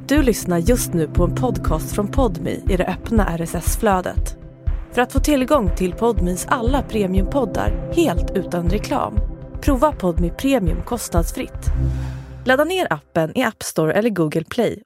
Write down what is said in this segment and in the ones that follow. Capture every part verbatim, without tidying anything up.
Du lyssnar just nu på en podcast från Podmi i det öppna R S S-flödet. För att få tillgång till Podmis alla premiumpoddar helt utan reklam, prova Podmi Premium kostnadsfritt. Ladda ner appen i App Store eller Google Play.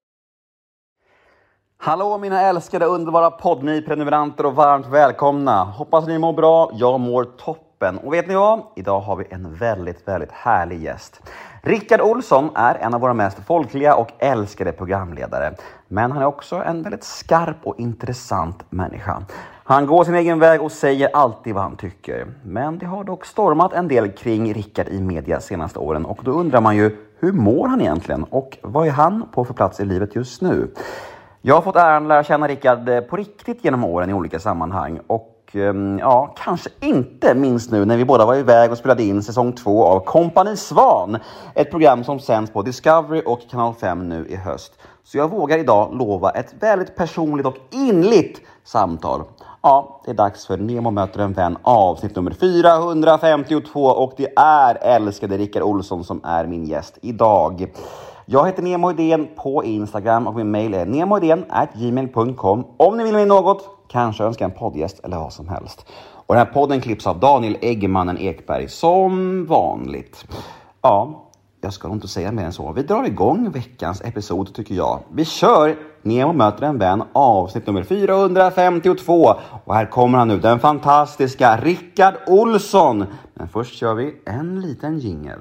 Hallå mina älskade underbara Podmi-prenumeranter och varmt välkomna. Hoppas ni mår bra, jag mår toppen. Och vet ni vad? Idag har vi en väldigt, väldigt härlig gäst. Rickard Olsson är en av våra mest folkliga och älskade programledare. Men han är också en väldigt skarp och intressant människa. Han går sin egen väg och säger alltid vad han tycker. Men det har dock stormat en del kring Rickard i media senaste åren. Och då undrar man ju, hur mår han egentligen? Och vad är han på för plats i livet just nu? Jag har fått äran att lära känna Rickard på riktigt genom åren i olika sammanhang. Och ja, kanske inte minst nu när vi båda var iväg och spelade in säsong två av Kompani Svan. Ett program som sänds på Discovery och Kanal fem nu i höst. Så jag vågar idag lova ett väldigt personligt och inligt samtal. Ja, det är dags för Nemo möter en vän avsnitt nummer fyrahundrafemtiotvå. Och det är älskade Rickard Olsson som är min gäst idag. Jag heter Nemo Idén på Instagram och min mail är nemoidén at gmail punkt com. Om ni vill med något, kanske önska en poddgäst eller vad som helst. Och den här podden klipps av Daniel Eggemannen Ekberg som vanligt. Ja, jag ska nog inte säga mer än så. Vi drar igång veckans episod tycker jag. Vi kör Nemo möter en vän avsnitt nummer fyrahundrafemtiotvå. Och här kommer han nu, den fantastiska Rickard Olsson. Men först kör vi en liten jingle.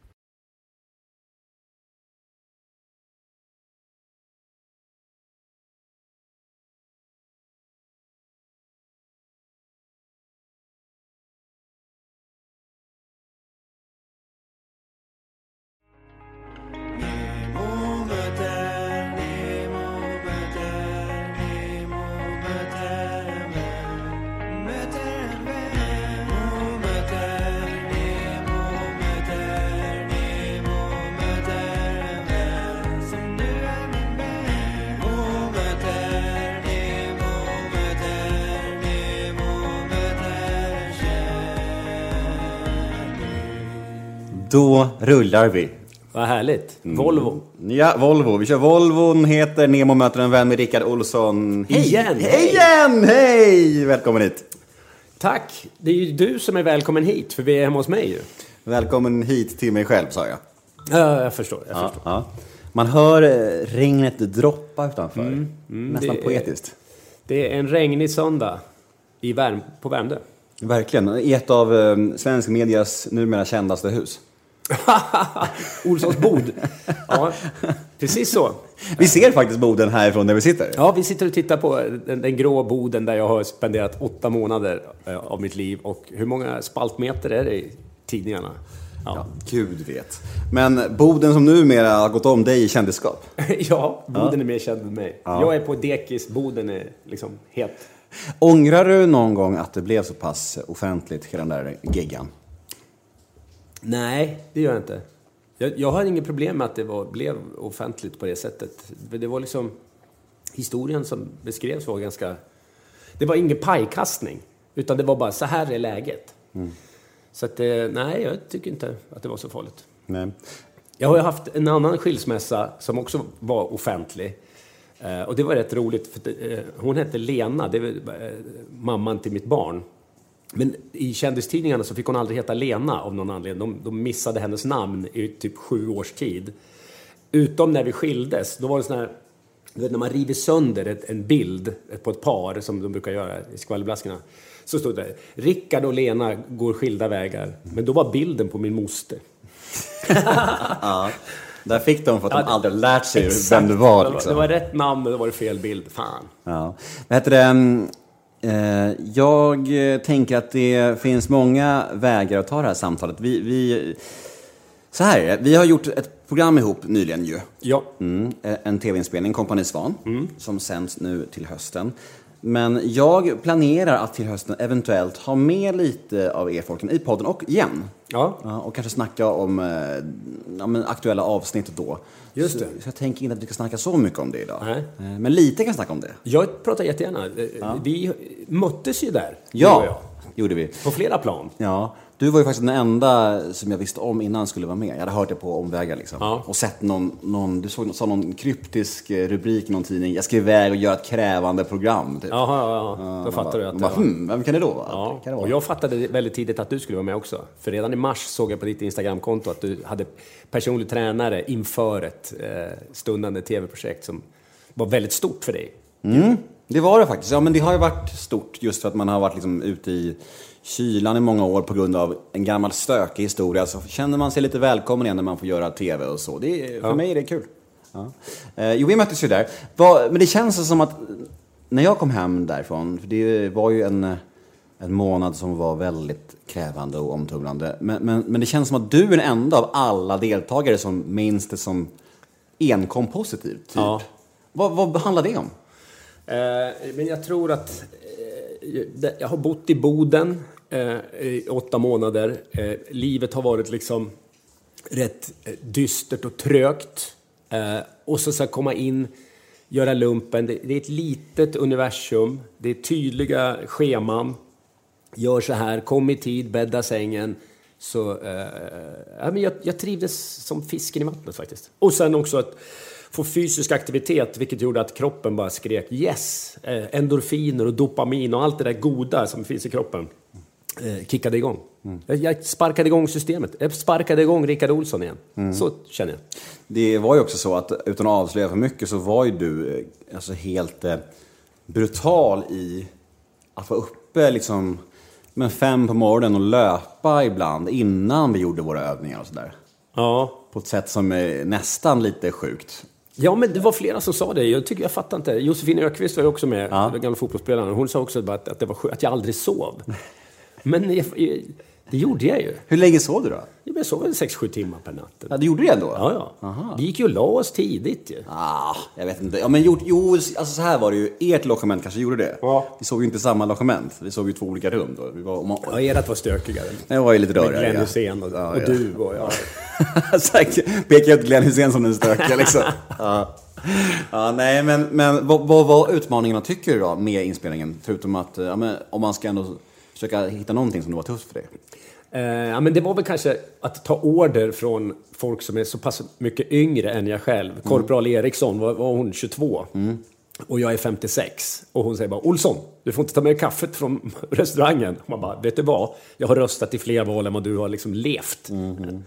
Då rullar vi. Vad härligt. Volvo. Mm. Ja, Volvo. Vi kör Volvon, heter Nemo möter en vän med Rickard Olsson. Hej igen. Hej igen. Hej. Välkommen hit. Tack. Det är ju du som är välkommen hit, för vi är hemma hos mig ju. Välkommen hit till mig själv, sa jag. Ja, jag förstår. Jag ja, förstår. Ja. Man hör regnet droppa utanför. Mm, mm, Nästan det poetiskt. Är, det är en regnig söndag i Värm, på Värmdö. Verkligen. I ett av um, svensk medias numera kändaste hus. Olssons bod. Ja, precis så. Vi ser faktiskt boden härifrån där vi sitter. Ja, vi sitter och tittar på den, den grå boden där jag har spenderat åtta månader av mitt liv. Och hur många spaltmeter är det i tidningarna? Ja, ja Gud vet. Men boden som numera har gått om dig i kändisskap. Ja, boden ja. är mer känd än mig. Ja. Jag är på dekis, boden är liksom het. Ångrar du någon gång att det blev så pass offentligt hela den där giggan? Nej, det gör jag inte. Jag, jag har inget problem med att det var, blev offentligt på det sättet. Det var liksom historien som beskrevs var ganska... Det var ingen pajkastning, utan det var bara så här är läget. Mm. Så att, nej, jag tycker inte att det var så farligt. Nej. Jag har ju haft en annan skilsmässa som också var offentlig. Och det var rätt roligt, för hon hette Lena, det var mamman till mitt barn. Men i kändistidningarna så fick hon aldrig heta Lena av någon anledning. De, de missade hennes namn i typ sju års tid. Utom när vi skildes. Då var det sån här, du vet, när man river sönder ett, en bild på ett par som de brukar göra i skvallerblaskorna. Så stod det, Rickard och Lena går skilda vägar. Men då var bilden på min moster. Ja, där fick de för att ja, de aldrig lärt sig exakt, vem du var. Liksom. Det var rätt namn men det var det fel bild. Fan. Ja. Vad heter det? Jag tänker att det finns många vägar att ta det här samtalet. Vi, vi, så här är det. Vi har gjort ett program ihop nyligen ju. Ja. Mm, en tv-inspelning, Kompani Svan, mm. som sänds nu till hösten. Men jag planerar att till hösten eventuellt ha med lite av er folken i podden och igen. Ja. Ja, och kanske snacka om ja, men aktuella avsnitt då. Just det. Så, så jag tänker inte att vi ska snacka så mycket om det idag. Nej. Men lite kan jag snacka om det. Jag pratar jättegärna. Ja. Vi möttes ju där. Ja, gjorde vi. På flera plan. Ja, du var ju faktiskt den enda som jag visste om innan skulle vara med. Jag hade hört det på omvägar liksom. Ja. Och sett någon, någon du såg sa någon kryptisk rubrik i någon tidning. Jag ska iväg och göra ett krävande program. Typ. Jaha, ja, ja. Då fattar du att det bara, hmm, vem kan det då vara? Ja. Kan det vara? Och jag fattade väldigt tidigt att du skulle vara med också. För redan i mars såg jag på ditt Instagramkonto att du hade personlig tränare inför ett eh, stundande tv-projekt som var väldigt stort för dig. Mm, det var det faktiskt. Ja, men det har ju varit stort just för att man har varit liksom ute i kylan i många år på grund av en gammal stökig historia. Så känner man sig lite välkommen igen när man får göra tv och så. Det är, för ja. mig är det kul. Ja. Eh, jo, vi möttes ju där. Var, men det känns som att när jag kom hem därifrån, för det var ju en, en månad som var väldigt krävande och omtumlande. Men, men, men det känns som att du är den enda av alla deltagare som minns det som enkom positiv typ. Ja. Vad, vad handlar det om? Eh, men jag tror att eh, jag har bott i Boden eh, i åtta månader. Eh, livet har varit liksom rätt eh, dystert och trögt. Eh, och så ska komma in, göra lumpen. Det, det är ett litet universum. Det är tydliga scheman. Gör så här, kom i tid, bädda sängen. Så, eh, ja, men jag, jag trivdes som fisken i vattnet faktiskt. Och sen också att få fysisk aktivitet, vilket gjorde att kroppen bara skrek yes. Eh, endorfiner och dopamin och allt det där goda som finns i kroppen eh, kickade igång. Mm. Jag, jag sparkade igång systemet. Jag sparkade igång Rickard Olsson igen. Mm. Så känner jag. Det var ju också så att utan att avslöja för mycket så var ju du alltså helt eh, brutal i att vara uppe liksom men fem på morgonen och löpa ibland innan vi gjorde våra övningar och sådär. Ja. På ett sätt som är nästan lite sjukt. Ja, men det var flera som sa det. Jag tycker jag fattar inte. Josefin Ökvist var ju också med, ja. den gamla fotbollsspelaren. Hon sa också att, att, det var sjukt, att jag aldrig sov. Men jag, jag, det gjorde jag ju. Hur länge sov du då? Jag sov väl sex sju timmar per natt. Ja, det gjorde det ändå? Ja, ja. Aha. Vi gick ju och la oss tidigt ju. Ah, jag vet inte. Ja, men jo, jo, alltså så här var det ju. Ert logement kanske gjorde det. Ja. Vi såg ju inte samma logement. Vi såg ju två olika rum då. Vi var, man... Ja, ert var stökigare. Det var ju lite rörigare. Med Glenn Hussein och, ja, och ja. du och jag. Pekar jag ut Glenn Hussein som den stökiga liksom. Ja. Ja, nej, men, men vad, vad var utmaningarna tycker du då med inspelningen? Förutom att, ja, men, om man ska ändå försöka hitta någonting som det var tufft för dig. Eh, ja, men det var väl kanske att ta order från folk som är så pass mycket yngre än jag själv. Mm. Korpral Eriksson, var, var hon tjugotvå. Mm. Och jag är femtiosex. Och hon säger bara, Olsson, du får inte ta med kaffet från restaurangen. Och man bara, vet du vad? Jag har röstat i fler val än vad du har liksom levt. Mm.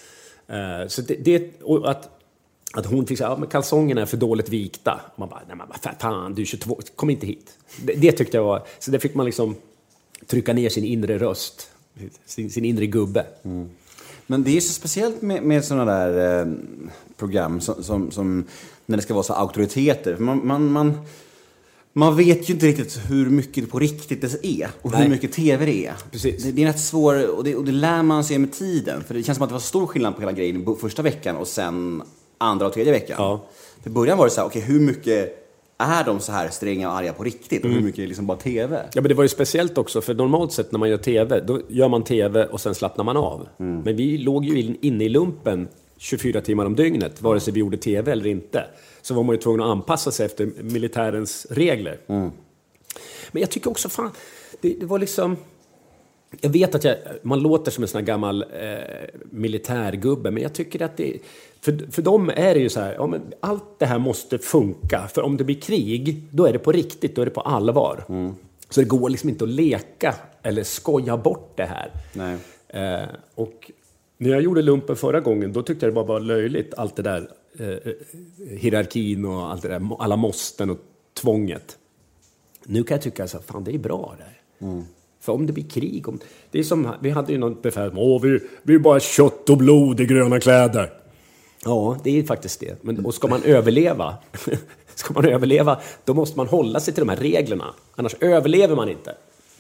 Eh, så det, det och att Att hon fick säga, ja, men kalsongerna är för dåligt vikta. Och man bara, nej men fan, du är tjugotvå, kom inte hit. Det, det tyckte jag var, så det fick man liksom trycka ner sin inre röst, sin, sin inre gubbe. Mm. Men det är så speciellt med, med sådana där eh, program som, som, som när det ska vara så auktoriteter. Man, man, man, man vet ju inte riktigt hur mycket på riktigt det är och nej. hur mycket tv det är. Precis. Det, det är rätt svårt och det, och det lär man sig med tiden. För det känns som att det var stor skillnad på hela grejen första veckan och sen andra och tredje veckan. Ja. För början var det så här, okej, okay, hur mycket är de så här stränga och arga på riktigt? Och hur mycket är liksom bara tv? Ja, men det var ju speciellt också, för normalt sett när man gör tv, då gör man tv och sen slappnar man av. Mm. Men vi låg ju inne i lumpen tjugofyra timmar om dygnet, vare sig vi gjorde tv eller inte. Så var man ju tvungen att anpassa sig efter militärens regler. Mm. Men jag tycker också, fan, det, det var liksom... Jag vet att jag, man låter som en sån här gammal eh, militärgubbe, men jag tycker att det... För, för dem är det ju så här, ja, men allt det här måste funka. För om det blir krig, då är det på riktigt, då är det på allvar. Mm. Så det går liksom inte att leka eller skoja bort det här. Nej. Eh, och när jag gjorde lumpen förra gången, då tyckte jag det bara var löjligt, allt det där eh, hierarkin och allt det där, alla måsten och tvånget. Nu kan jag tycka så här, fan det är bra där. Mm. För om det blir krig, om, det är som, vi hade ju något befäl, åh vi, vi är bara kött och blod i gröna kläder. Ja, det är faktiskt det. Men, och ska man överleva, ska man överleva, då måste man hålla sig till de här reglerna. Annars överlever man inte.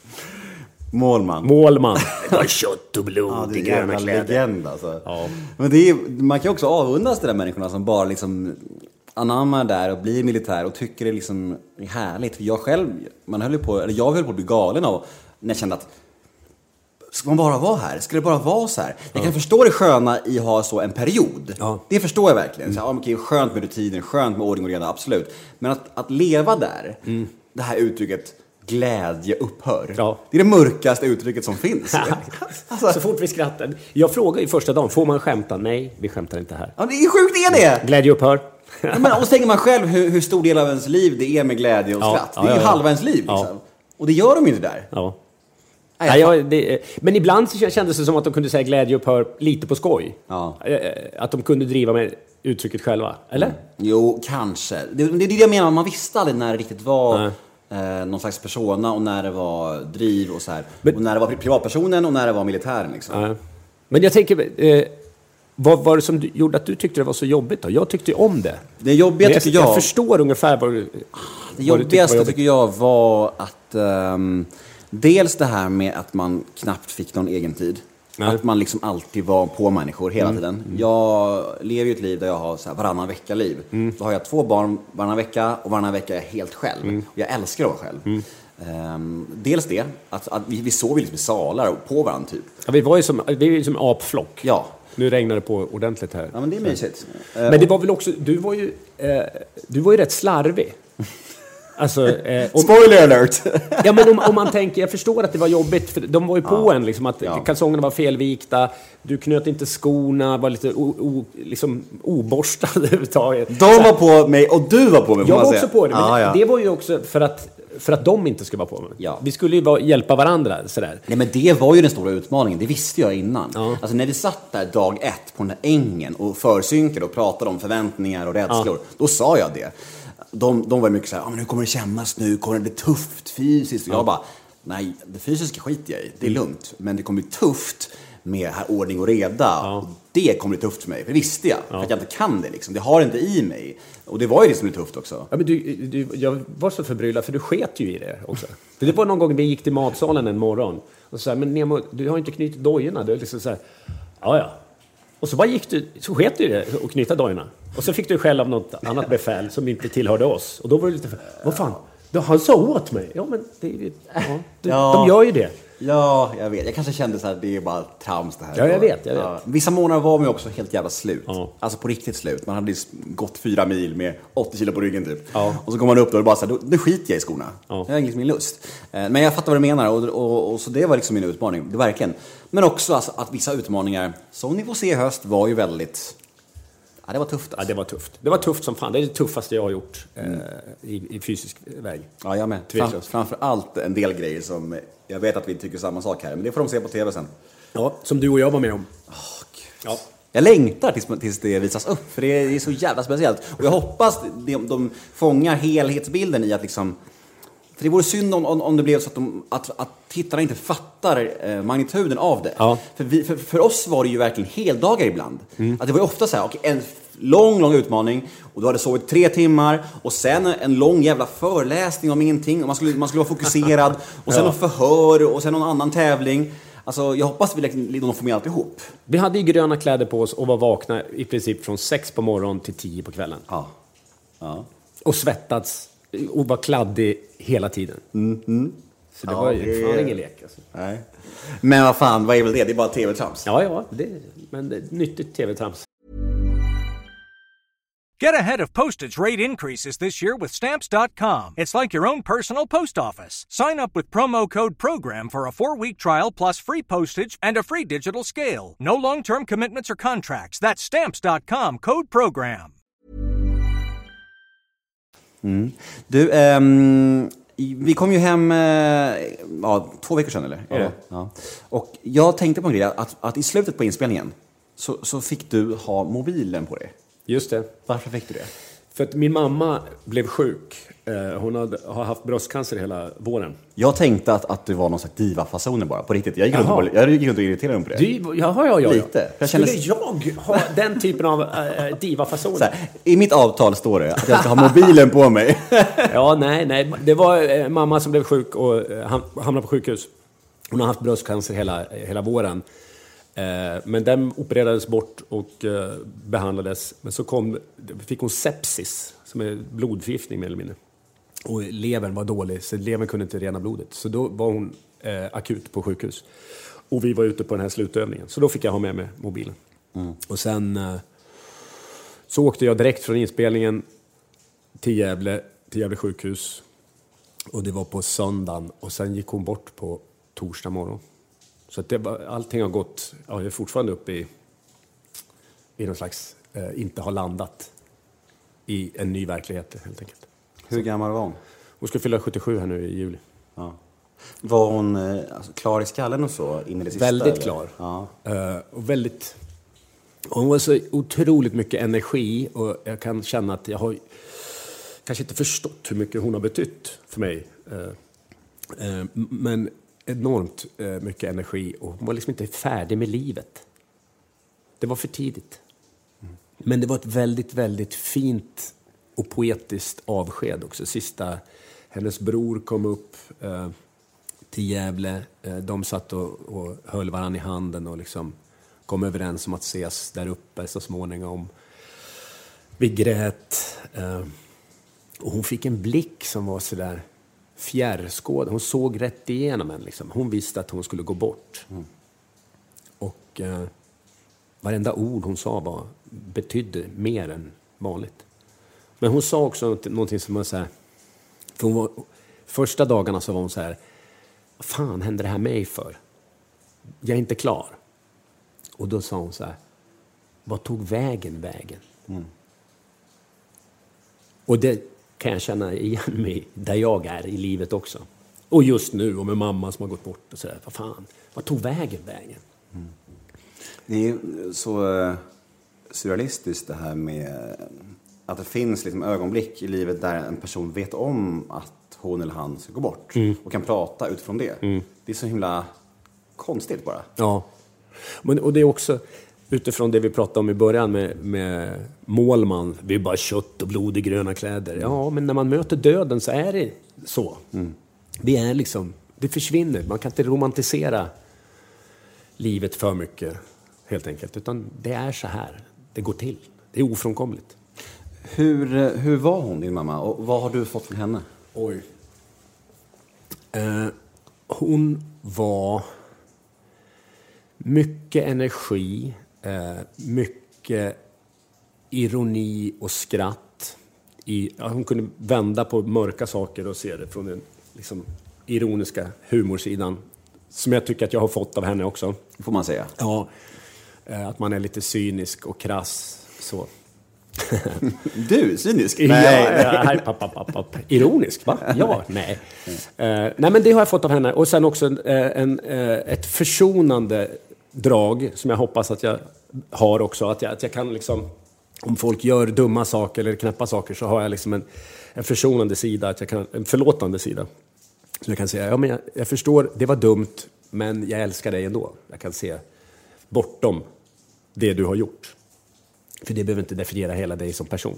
Målman. Målman. Bara kött och blod ja, i gröna kläder. Legend, alltså. Ja. Men det är, man kan också avundas de där människorna som bara liksom anammar där och blir militär och tycker det liksom är härligt. Jag själv, man höll på, eller jag höll på att bli galen av när jag kände att ska man bara vara här? Ska det bara vara så här? Jag kan ja. förstå det sköna i att ha så en period. Ja. Det förstår jag verkligen. Så, ja, okej, skönt med rutiner, skönt med ordning och reda, absolut. Men att, att leva där, mm. det här uttrycket glädje upphör. Ja. Det är det mörkaste uttrycket som finns. Alltså. Så fort vi skrattar. Jag frågar ju första dagen, får man skämta? Nej, vi skämtar inte här. Ja, det är sjukt, det är det! Glädje upphör. Ja, men, och så tänker man själv hur, hur stor del av ens liv det är med glädje och ja, skratt. Ja, det är ju ja, ja. halva ens liv. Liksom. Ja. Och det gör de ju inte där. Ja. Nej, Nej, jag, det, men ibland så kändes det som att de kunde säga glädje upphör lite på skoj. Ja. Att de kunde driva med uttrycket själva, eller? Mm. Jo, kanske. Det, det är det jag menar, man visste aldrig när det riktigt var eh, någon slags persona och när det var driv och så här. Men, och när det var privatpersonen och när det var militären liksom. Ja. Men jag tänker, eh, vad var det som du, gjorde att du tyckte det var så jobbigt då? Jag tyckte om det. Det jobbiga tycker jag... Jag förstår ungefär vad du... Det jobbigaste tycker jag var att... Um, dels det här med att man knappt fick någon egen tid. Nej. Att man liksom alltid var på människor hela mm. tiden. Mm. Jag lever ju ett liv där jag har så här varannan vecka-liv. Mm. Då har jag två barn varannan vecka och varannan vecka är jag helt själv. Mm. Och jag älskar att vara själv. Mm. Um, dels det, att, att vi, vi sov liksom i salar på varandra typ. Ja, vi var ju som, vi var ju som apflock. Ja. Nu regnar det på ordentligt här. Ja, men det är mysigt. Men det var väl också, du var ju, eh, du var ju rätt slarvig. Alltså, eh, om, spoiler alert! Ja, men om, om man tänker, jag förstår att det var jobbigt, för de var ju på ja. en, liksom, att ja. kalsongerna var felvikta, du knöt inte skorna, var lite o, o, liksom, oborstad överhuvudtaget. De var på mig och du var på mig. Jag var också på det, men ah, ja. det var ju också för att, för att de inte skulle vara på mig. Ja. Vi skulle ju vara, hjälpa varandra sådär. Nej, men det var ju den stora utmaningen, det visste jag innan. Ja. Alltså när vi satt där dag ett på den här ängen och försynkade och pratade om förväntningar och rädslor, ja. Då sa jag det. De, de var mycket så här, ah, men hur kommer det kännas nu? Kommer det bli tufft fysiskt? Och jag bara, nej, det fysiska skiter jag i. Det är lugnt. Men det kommer bli tufft med här ordning och reda. Ja. Och det kommer bli tufft för mig. För det visste jag. Ja. För att jag inte kan det liksom. Det har inte i mig. Och det var ju det som blev tufft också. Ja, men du, du, jag var så förbryllad för du sket ju i det också. För det var någon gång vi gick till matsalen en morgon. Och så här, men Nemo, du har inte knutit dojorna. Du är liksom så här, ja ja. Och så bara gick du, så sket du i det och knyta dojorna. Och så fick du skäll av något annat befäl som inte tillhörde oss. Och då var det lite för, vad fan, han sa åt mig. Ja, men det, ja, det, ja. De gör ju det. Ja, jag vet. Jag kanske kände så här, det är bara trams det här. Ja, jag vet, jag vet. Ja. Vissa månader var man ju också helt jävla slut. Ja. Alltså på riktigt slut. Man hade gått fyra mil med åttio kilo på ryggen typ. Ja. Och så kom man upp då och bara så här, nu skiter jag i skorna. Ja. Det är liksom min lust. Men jag fattar vad du menar och, och, och så det var liksom min utmaning. Det verkligen. Men också alltså, att vissa utmaningar, som ni får se i höst, var ju väldigt... Ja, det var tufft. Alltså. Ja, det var tufft. Det var tufft som fan. Det är det tuffaste jag har gjort mm. eh, i, i fysisk väg. Ja, jag med. Fram, framför allt en del grejer som... Jag vet att vi tycker samma sak här, men det får de se på tv sen. Ja, som du och jag var med om. Oh, ja. Jag längtar tills, tills det visas upp, för det är, det är så jävla speciellt. Och jag hoppas de, de fångar helhetsbilden i att liksom... För det vore synd om, om, om det blev så att, de, att, att tittarna inte fattar eh, magnituden av det. Ja. För, vi, för, för oss var det ju verkligen heldagar ibland. Mm. Att det var ju ofta så här, okay, en lång, lång utmaning. Och du hade sovit tre timmar. Och sen en lång jävla föreläsning om ingenting. Och man skulle, man skulle vara fokuserad. Och sen ja. någon förhör. Och sen någon annan tävling. Alltså, jag hoppas vi liksom får med allt ihop. Vi hade ju gröna kläder på oss och var vakna i princip från sex på morgonen till tio på kvällen. Ja. Ja. Och svettats. Och var kladdig hela tiden. Mm, mm. Så det ja, var ju fan ingen lek. Alltså. Nej. Men vad fan, vad är väl det? Det är bara tv-trams. Ja, ja. Det, men det är nyttigt tv-trams. Get ahead of postage rate increases this year with Stamps dot com. It's like your own personal post office. Sign up with promo code PROGRAM for a four-week trial plus free postage and a free digital scale. No long-term commitments or contracts. That's Stamps dot com, code PROGRAM. Mm. Du, ähm, vi kom ju hem äh, ja, två veckor sedan, eller? Ja. Ja. Och jag tänkte på en grej, att, att i slutet på inspelningen så, så fick du ha mobilen på dig. Just det. Varför fick du det? För att min mamma blev sjuk. Hon hade, har haft bröstcancer hela våren. Jag tänkte att, att du var någon slags diva-fasoner bara, på riktigt. Jag gick runt och, jag gick runt och irriterade mig på det. Du, jaha, ja, ja. Lite. Jag Skulle kändes... jag ha den typen av äh, diva-fasoner? I mitt avtal står det att jag ska ha mobilen på mig. Ja, nej, nej. Det var äh, mamma som blev sjuk och äh, hamnade på sjukhus. Hon har haft bröstcancer hela, hela våren. Men den opererades bort och behandlades. Men så kom, fick hon sepsis, som är blodförgiftning mer eller mindre. Och levern var dålig, så levern kunde inte rena blodet. Så då var hon eh, akut på sjukhus. Och vi var ute på den här slutövningen. Så då fick jag ha med mig mobilen. Mm. Och sen eh, så åkte jag direkt från inspelningen till Gävle, till Gävle sjukhus. Och det var på söndagen. Och sen gick hon bort på torsdag morgon. Så att det var, allting har gått... Ja, jag är fortfarande uppe i... I någon slags... Eh, inte har landat i en ny verklighet, helt enkelt. Hur gammal var hon? Hon ska fylla sjuttiosju här nu i juli. Ja. Var hon eh, alltså, klar i skallen och så in i det sista? Väldigt eller? klar. Ja. Uh, och väldigt... Hon var så otroligt mycket energi. Och jag kan känna att jag har kanske inte förstått hur mycket hon har betytt för mig. Uh, uh, men enormt uh, mycket energi. Och hon var liksom inte färdig med livet. Det var för tidigt. Mm. Men det var ett väldigt, väldigt fint och poetiskt avsked också. Sista... Hennes bror kom upp uh, till Gävle. Uh, de satt och, och höll varann i handen och liksom... kom överens om att ses där uppe så småningom. Vi grät. Eh, och hon fick en blick som var så där fjärrskåd. Hon såg rätt igenom en. Liksom. Hon visste att hon skulle gå bort. Mm. Och eh, varenda ord hon sa var, betydde mer än vanligt. Men hon sa också någonting som var så här... För hon var, första dagarna så var hon så här... Vad fan hände det här mig för? Jag är inte klar. Och då sa hon så här, vad tog vägen vägen? Mm. Och det kan jag känna igen mig där jag är i livet också. Och just nu, och med mamma som har gått bort och så där, vad fan, vad tog vägen vägen? Mm. Det är så surrealistiskt det här med att det finns liksom ögonblick i livet där en person vet om att hon eller han ska gå bort. Mm. Och kan prata utifrån det. Mm. Det är så himla konstigt bara. Ja. Men, och det är också utifrån det vi pratade om i början med, med målman. Vi är bara kött och blod i gröna kläder. Ja, men när man möter döden så är det så. Mm. Vi är liksom, det försvinner. Man kan inte romantisera livet för mycket, helt enkelt. Utan det är så här. Det går till. Det är ofrånkomligt. Hur, hur var hon, din mamma? Och vad har du fått från henne? Oj. Eh, hon var... Mycket energi, eh, mycket ironi och skratt. I, ja, hon kunde vända på mörka saker och se det från den liksom, ironiska humorsidan. Som jag tycker att jag har fått av henne också. Får man säga. Ja, eh, att man är lite cynisk och krass. Så. Du, cynisk? Nej, ja, ja, papp, papp, papp. Ironisk, va? Ja, nej. Eh, nej, men det har jag fått av henne. Och sen också en, en, ett försonande drag som jag hoppas att jag har också. Att jag, att jag kan liksom, om folk gör dumma saker eller knäppa saker, så har jag liksom en, en försonande sida, att jag kan, en förlåtande sida. Så jag kan säga, ja men jag, jag förstår, det var dumt, men jag älskar dig ändå. Jag kan se bortom det du har gjort. För det behöver inte definiera hela dig som person.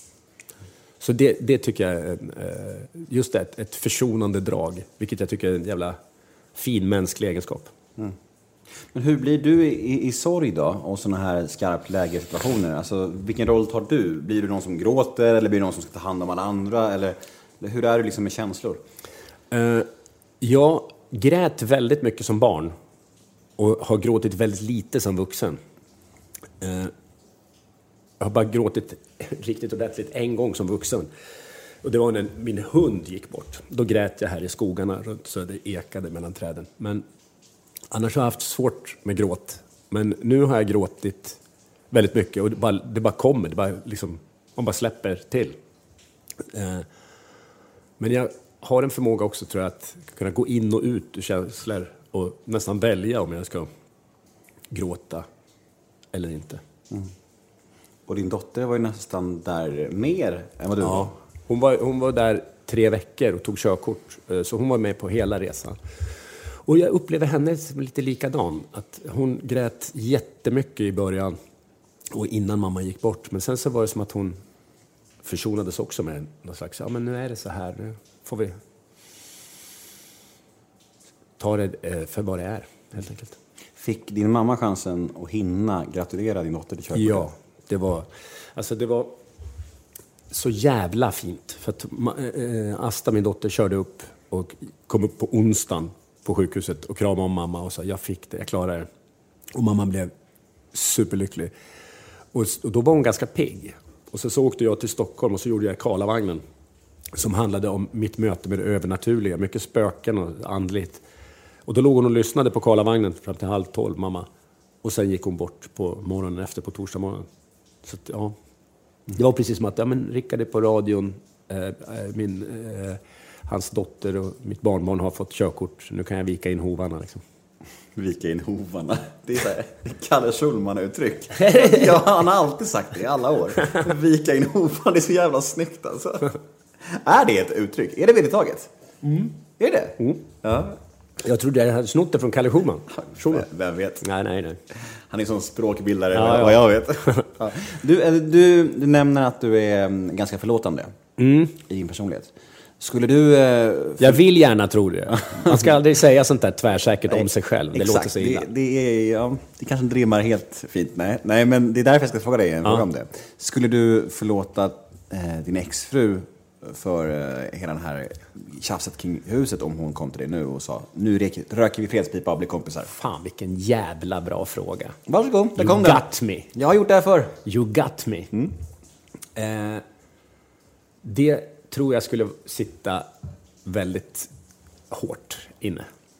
Så det, det tycker jag är just det, ett försonande drag. Vilket jag tycker är en jävla fin mänsklig egenskap. Mm. Men hur blir du i, i sorg då? Och sådana här skarpt lägesituationer? Alltså, vilken roll tar du? Blir du någon som gråter? Eller blir du någon som ska ta hand om alla andra? Eller, eller hur är du liksom med känslor? Uh, jag grät väldigt mycket som barn. Och har gråtit väldigt lite som vuxen. Uh, Jag har bara gråtit riktigt ordentligt en gång som vuxen. Och det var när min hund gick bort. Då grät jag här i skogarna runt så det ekade mellan träden. Men annars har jag haft svårt med gråt. Men nu har jag gråtit väldigt mycket. Och det bara, det bara kommer. Det bara liksom, man bara släpper till. Eh, men jag har en förmåga också, tror jag, att kunna gå in och ut ur känslor. Och nästan välja om jag ska gråta eller inte. Mm. Och din dotter var ju nästan där mer än vad du ja, var. Hon var. Hon var där tre veckor och tog körkort. Så hon var med på hela resan. Och jag upplever henne som lite likadan. Att hon grät jättemycket i början. Och innan mamma gick bort. Men sen så var det som att hon försonades också med någon slags, ja men nu är det så här. Nu får vi ta det för vad det är, helt enkelt. Fick din mamma chansen att hinna gratulera din dotter till körkortet? Ja. Det var, alltså det var så jävla fint. För att äh, Asta, min dotter, körde upp och kom upp på onsdagen på sjukhuset och kramade om mamma och sa, jag fick det, jag klarade det. Och mamma blev superlycklig. Och, och då var hon ganska pigg. Och så, så åkte jag till Stockholm och så gjorde jag Karlavagnen som handlade om mitt möte med det övernaturliga. Mycket spöken och andligt. Och då låg hon och lyssnade på Karlavagnen fram till halv tolv, mamma. Och sen gick hon bort på morgonen efter, på torsdag morgon. Så att, ja. Det var precis som att, ja men Rickard är på radion. Eh, min, eh, hans dotter och mitt barnbarn har fått körkort. Nu kan jag vika in hovarna liksom. Vika in hovarna. Det är så här, Kalle Schulman-uttryck. Ja, han har alltid sagt det i alla år. Vika in hovarna, det är så jävla snyggt alltså. Är det ett uttryck? Är det vedertaget? Mm. Är det? Mm. Ja. Jag trodde jag hade snott det från Kalle Schulman. Schulman. Vem vet? Nej, nej, nej. Han är som språkbildare, ja, vad ja. jag vet. Ja. Du, du, du nämner att du är ganska förlåtande mm. i din personlighet. Skulle du... Eh, för... Jag vill gärna tro det. Man ska aldrig säga sånt där tvärsäkert om sig själv. Det Exakt. Låter så illa. Det, det, är, ja, det kanske inte rimmar helt fint. Nej, nej, men det är därför jag ska fråga dig en ja. fråga om det. Skulle du förlåta eh, din exfru för eh, hela den här tjafset kring huset om hon kom till dig nu och sa nu röker, röker vi fredspipa och blir kompisar? Fan, vilken jävla bra fråga. Varsågod, där kom you den. got me. Jag har gjort det här för. You got me. Mm. Eh, det tror jag skulle sitta väldigt hårt inne.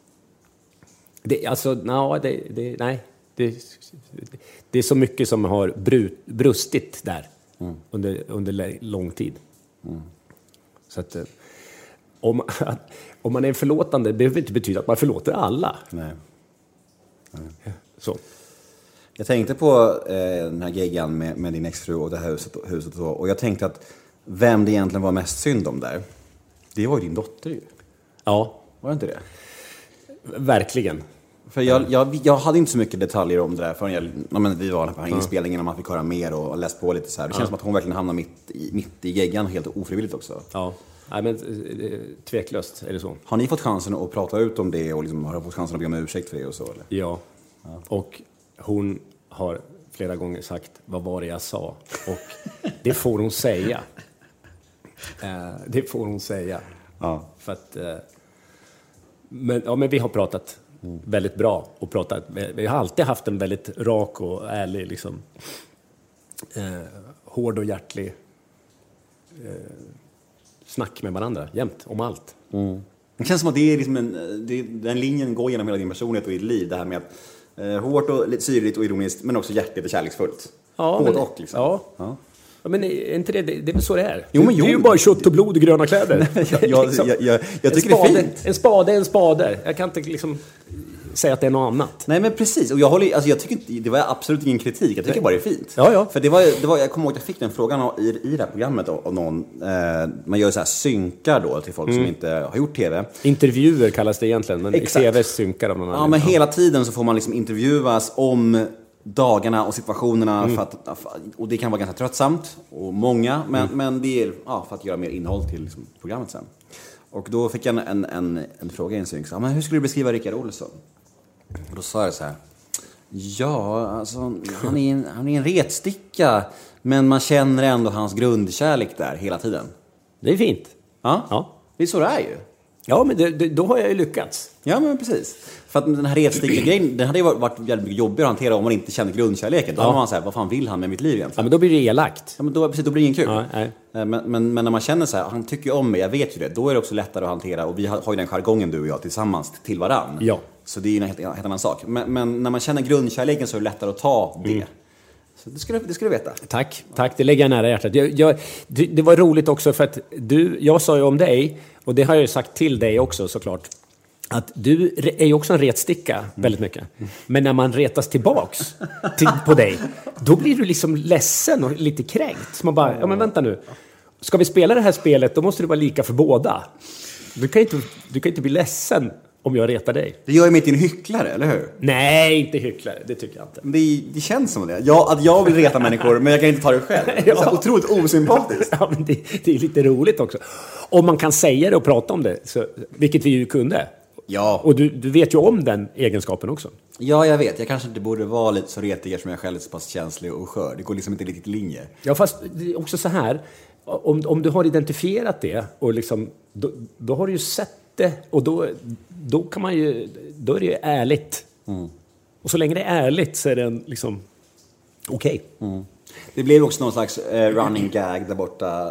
Det, alltså, no, det, det, nej. Det, det är så mycket som har brut, brustit där mm. under, under lång tid. Mm. Så att om, om man är förlåtande, det behöver inte betyda att man förlåter alla. Nej. Nej. Så. Jag tänkte på eh, den här giggan med, med din exfru och det här huset, huset och så. Och jag tänkte att vem det egentligen var mest synd om där, det var ju din dotter ju. Ja. Var det inte det? Verkligen. För jag, jag, jag hade inte så mycket detaljer om det där förrän jag, ja, men vi var på här inspelningen om att vi fick höra mer och läst på lite så här. Det känns ja. som att hon verkligen hamnar mitt i, mitt i geggan helt ofrivilligt också. Ja, nej, men tveklöst är det så. Har ni fått chansen att prata ut om det och liksom, har fått chansen att be om ursäkt för det och så? Eller? Ja. ja, och hon har flera gånger sagt vad var det jag sa? Och det får hon säga. Eh, det får hon säga. Ja. För att, eh, men, ja, men vi har pratat mm. väldigt bra och pratat. Vi har alltid haft en väldigt rak och ärlig, liksom, eh, hård och hjärtlig eh, snack med varandra, jämt, om allt. Mm. Det känns som att det är liksom en, det, den linjen går genom hela din personlighet och ditt liv. Det här med att eh, hårt och lite syrligt och ironiskt, men också hjärtligt och kärleksfullt. Ja, Både men, och liksom. Ja. Ja. Ja, men är inte det, det, det är väl så det är? Jo, men jo, det är ju bara kött och blod och gröna kläder. jag, jag, liksom. jag, jag, jag tycker spade, det är fint. En spade är en spade. Jag kan inte liksom säga att det är något annat. Nej, men precis. Och jag håller, alltså jag tycker inte, det var absolut ingen kritik. Jag tycker Nej. bara det är fint. Ja, ja. För det var, det var, jag kommer ihåg att jag fick den frågan i, i det här programmet av någon. Eh, man gör så här synkar då till folk mm. som inte har gjort tv. Intervjuer kallas det egentligen, men Exakt. tv synkar av någon annan. Ja, men hela tiden så får man liksom intervjuas om dagarna och situationerna mm. för att, och det kan vara ganska tröttsamt och många, men, mm. men det är ja, för att göra mer innehåll till liksom, programmet sen. Och då fick jag en, en, en fråga i en synk. Så, men hur skulle du beskriva Rickard Olsson? Och då sa jag så här: ja, alltså, han är en, han är en retsticka, men man känner ändå hans grundkärlek där hela tiden. Det är fint. Ja, ja. Det är så det är ju. Ja, men det, det, då har jag ju lyckats. Ja, men precis. För att den här retsticka-grejen, den hade ju varit väldigt mycket jobbigare att hantera om man inte känner grundkärleken. Då ja. var man så här, vad fan vill han med mitt liv egentligen? Ja, men då blir det elakt. Ja, men då, precis, då blir det ingen kul. Ja, nej. Men, men, men när man känner så här, han tycker om mig, jag vet ju det. Då är det också lättare att hantera. Och vi har, har ju den jargongen du och jag tillsammans till varann. Ja. Så det är ju en helt, helt annan sak. Men, men när man känner grundkärleken så är det lättare att ta det. Mm. Så det skulle, det skulle du veta. Tack, tack. Det lägger jag nära hjärtat. Jag, jag, det, det var roligt också för att du, jag sa ju om dig, och det har jag ju sagt till dig också såklart, att du är ju också en retsticka mm. väldigt mycket. Men när man retas tillbaks till, på dig, då blir du liksom ledsen och lite kränkt. Så man bara, ja men vänta nu. Ska vi spela det här spelet, då måste det vara lika för båda. Du kan inte, du kan inte bli ledsen om jag retar dig. Det gör ju mig till en hycklare, eller hur? Nej, inte hycklare. Det tycker jag inte. Det, det känns som det. Jag, att jag vill reta människor, men jag kan inte ta det själv. Det är så otroligt osympatiskt. Ja, men det, det är lite roligt också. Om man kan säga det och prata om det, så, vilket vi ju kunde. Ja. Och du, du vet ju om den egenskapen också. Ja, jag vet. Jag kanske inte borde vara lite så retig som jag själv är så pass känslig och skör. Det går liksom inte riktigt i linje. Ja, fast det är också så här. Om, om du har identifierat det, och liksom, då, då har du ju sett det. Och då, då kan man ju, då är det ju ärligt. Mm. Och så länge det är ärligt så är det liksom okej. Okay. Mm. Det blev också någon slags eh, running gag där borta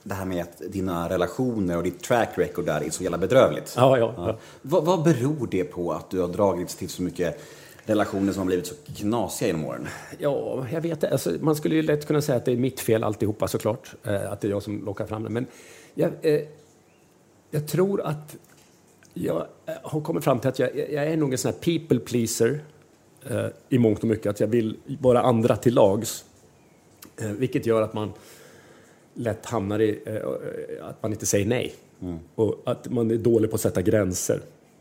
det här med att dina relationer och ditt track record där är så jävla bedrövligt. Ja, ja. ja. Vad, vad beror det på att du har dragits till så mycket relationer som har blivit så knasiga genom åren? Ja, jag vet inte. Alltså, man skulle ju lätt kunna säga att det är mitt fel alltihopa såklart. Eh, att det är jag som lockar fram det. Men jag, eh, jag tror att jag har kommit fram till att jag, jag är nog en sån här people pleaser eh, i mångt och mycket. Att jag vill vara andra till lags. Eh, vilket gör att man lätt hamnar i eh, att man inte säger nej. Mm. Och att man är dålig på att sätta gränser.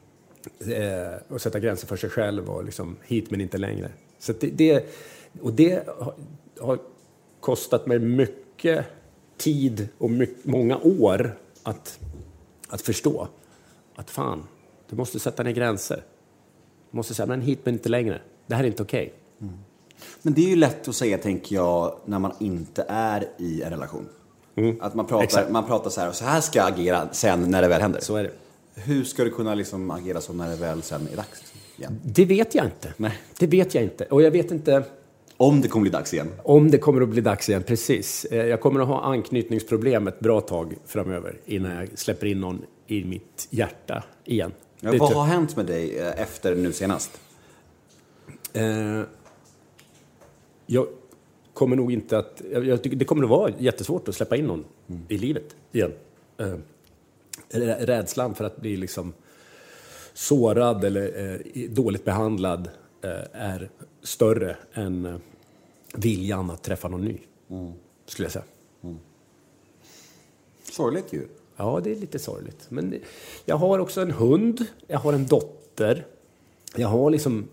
Eh, och sätta gränser för sig själv och liksom hit men inte längre. Så det, det, och det har, har kostat mig mycket tid och mycket, många år att, att förstå att fan, du måste sätta ner gränser. Du måste säga, men hit men inte längre. Det här är inte okej. Okay. Mm. Men det är ju lätt att säga, tänker jag, när man inte är i en relation. Mm. Att man pratar, man pratar så här, och så här ska jag agera sen när det väl händer. Så är det. Hur ska du kunna liksom agera så när det väl sen är dags igen? Det vet jag inte. Nej. Det vet jag inte. Och jag vet inte... Om det kommer bli dags igen. Om det kommer att bli dags igen, precis. Jag kommer att ha anknytningsproblem ett bra tag framöver innan jag släpper in någon i mitt hjärta igen. Ja, vad har hänt med dig efter nu senast? Eh, jag kommer nog inte att... Jag tycker det kommer att vara jättesvårt att släppa in någon mm. i livet igen. Eh, rädslan för att bli liksom sårad eller eh, dåligt behandlad eh, är större än eh, viljan att träffa någon ny, mm. skulle jag säga. Mm. Sorgligt ju. Ja, det är lite sorgligt. Men jag har också en hund, jag har en dotter. Jag har liksom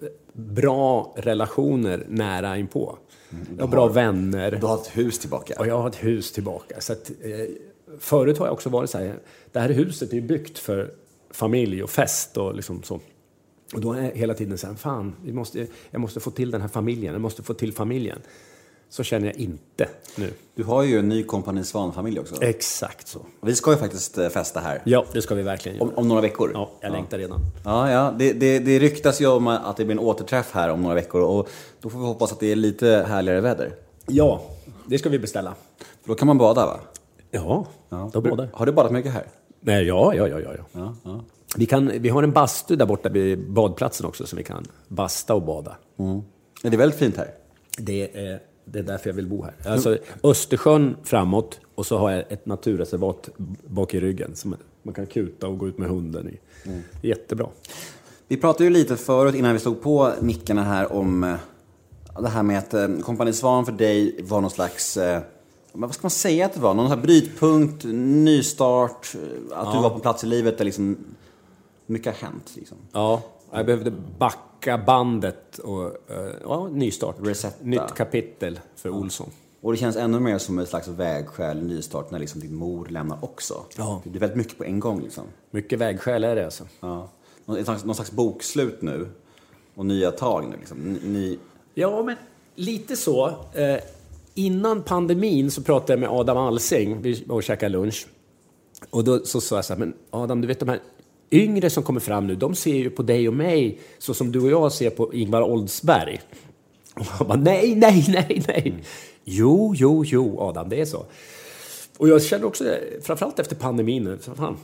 bra relationer nära inpå. Mm. Jag har bra vänner. Du har ett hus tillbaka. Och jag har ett hus tillbaka. Så att, eh, förut har jag också varit så här, det här huset är byggt för familj och fest och liksom så. Och då är jag hela tiden så här, fan, vi måste, jag måste få till den här familjen, jag måste få till familjen. Så känner jag inte nu. Du har ju en ny Kompani Svan-familj också. Exakt så. Vi ska ju faktiskt festa här. Ja, det ska vi verkligen göra. Om, om några veckor. Ja, jag ja. längtar redan. Ja, ja. Det, det, det ryktas ju om att det blir en återträff här om några veckor. Och då får vi hoppas att det är lite härligare väder. Ja, det ska vi beställa. För då kan man bada, va? Ja, ja. då badar. Har du badat mycket här? Nej, ja, ja, ja, ja. ja, ja. Vi, kan, vi har en bastu där borta vid badplatsen också, så vi kan basta och bada. Mm. Det är väldigt fint här. Det är, det är därför jag vill bo här. Alltså Östersjön framåt, och så har jag ett naturreservat bak i ryggen som man kan kuta och gå ut med hunden i. Mm. Det är jättebra. Vi pratade ju lite förut innan vi slog på mickarna här om det här med att Kompani Svan för dig var någon slags... Vad ska man säga att det var? Någon sån här brytpunkt, nystart, att ja. du var på plats i livet där liksom mycket har hänt. Liksom. Ja, jag behövde backa bandet och ja, nystart. Resetta. Nytt kapitel för ja. Olsson. Och det känns ännu mer som ett slags vägskäl, nystart, när liksom din mor lämnar också. Ja. Det är väldigt mycket på en gång. Liksom. Mycket vägskäl är det alltså. Ja. Någon slags, någon slags bokslut nu och nya tag nu. Liksom. Ny... Ja, men lite så. Eh, Innan pandemin så pratade jag med Adam Alsing och käkade lunch. Och då så sa jag så här, men Adam, du vet de här yngre som kommer fram nu, de ser ju på dig och mig så som du och jag ser på Ingvar Oldsberg. Och jag bara, nej, nej, nej, nej. Mm. Jo, jo, jo, Adam, det är så. Och jag känner också, framförallt efter pandemin, så fan,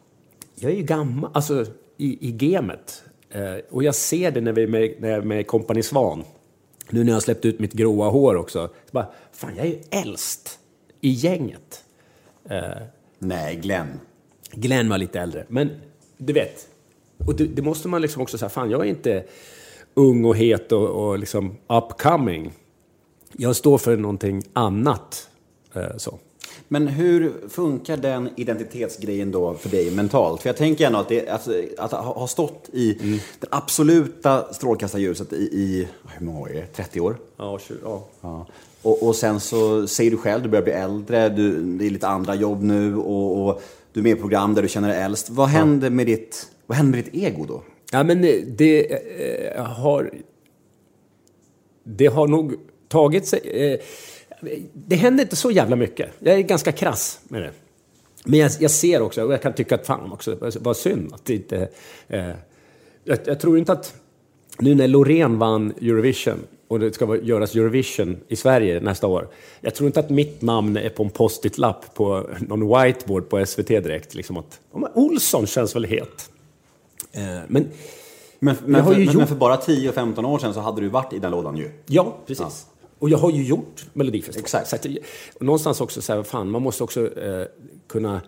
jag är ju gammal, alltså i, i gamet. Eh, och jag ser det när vi är med, när jag är med Kompani Svan. Nu när jag har släppt ut mitt gråa hår också. Så bara, fan, jag är ju äldst i gänget. Uh, Nej, Glenn. Glenn var lite äldre. Men du vet, och det, det måste man liksom också säga, fan, jag är inte ung och het och, och liksom upcoming. Jag står för någonting annat. Uh, så. Men hur funkar den identitetsgrejen då för dig mentalt? För jag tänker gärna att, det, alltså, att ha stått i mm. det absoluta strålkastarljuset i, i, hur många år är det? trettio år? Ja, tjugo, ja. ja. Och, och sen så säger du själv, du börjar bli äldre, du, det är lite andra jobb nu och, och du är med i program där du känner dig äldst. Vad händer, ja. med ditt, vad händer med ditt ego då? Ja, men det eh, har det har nog tagit sig... Eh, Det händer inte så jävla mycket. Jag är ganska krass med det. Men jag, jag ser också, och jag kan tycka att fan också, vad synd att det inte... Eh, jag, jag tror inte att nu när Loreen vann Eurovision och det ska göras Eurovision i Sverige nästa år. Jag tror inte att mitt namn är på en post-it-lapp på någon whiteboard på S V T direkt. Liksom att, men Olsson känns väl het. Eh, men, men, men, har för, ju men, gjort... men för bara tio femton år sedan så hade du varit i den lådan ju. Ja, precis. Ja. Och jag har ju gjort Melodifestivalen. Exakt. Så att, och någonstans också så här, fan, man måste också eh, kunna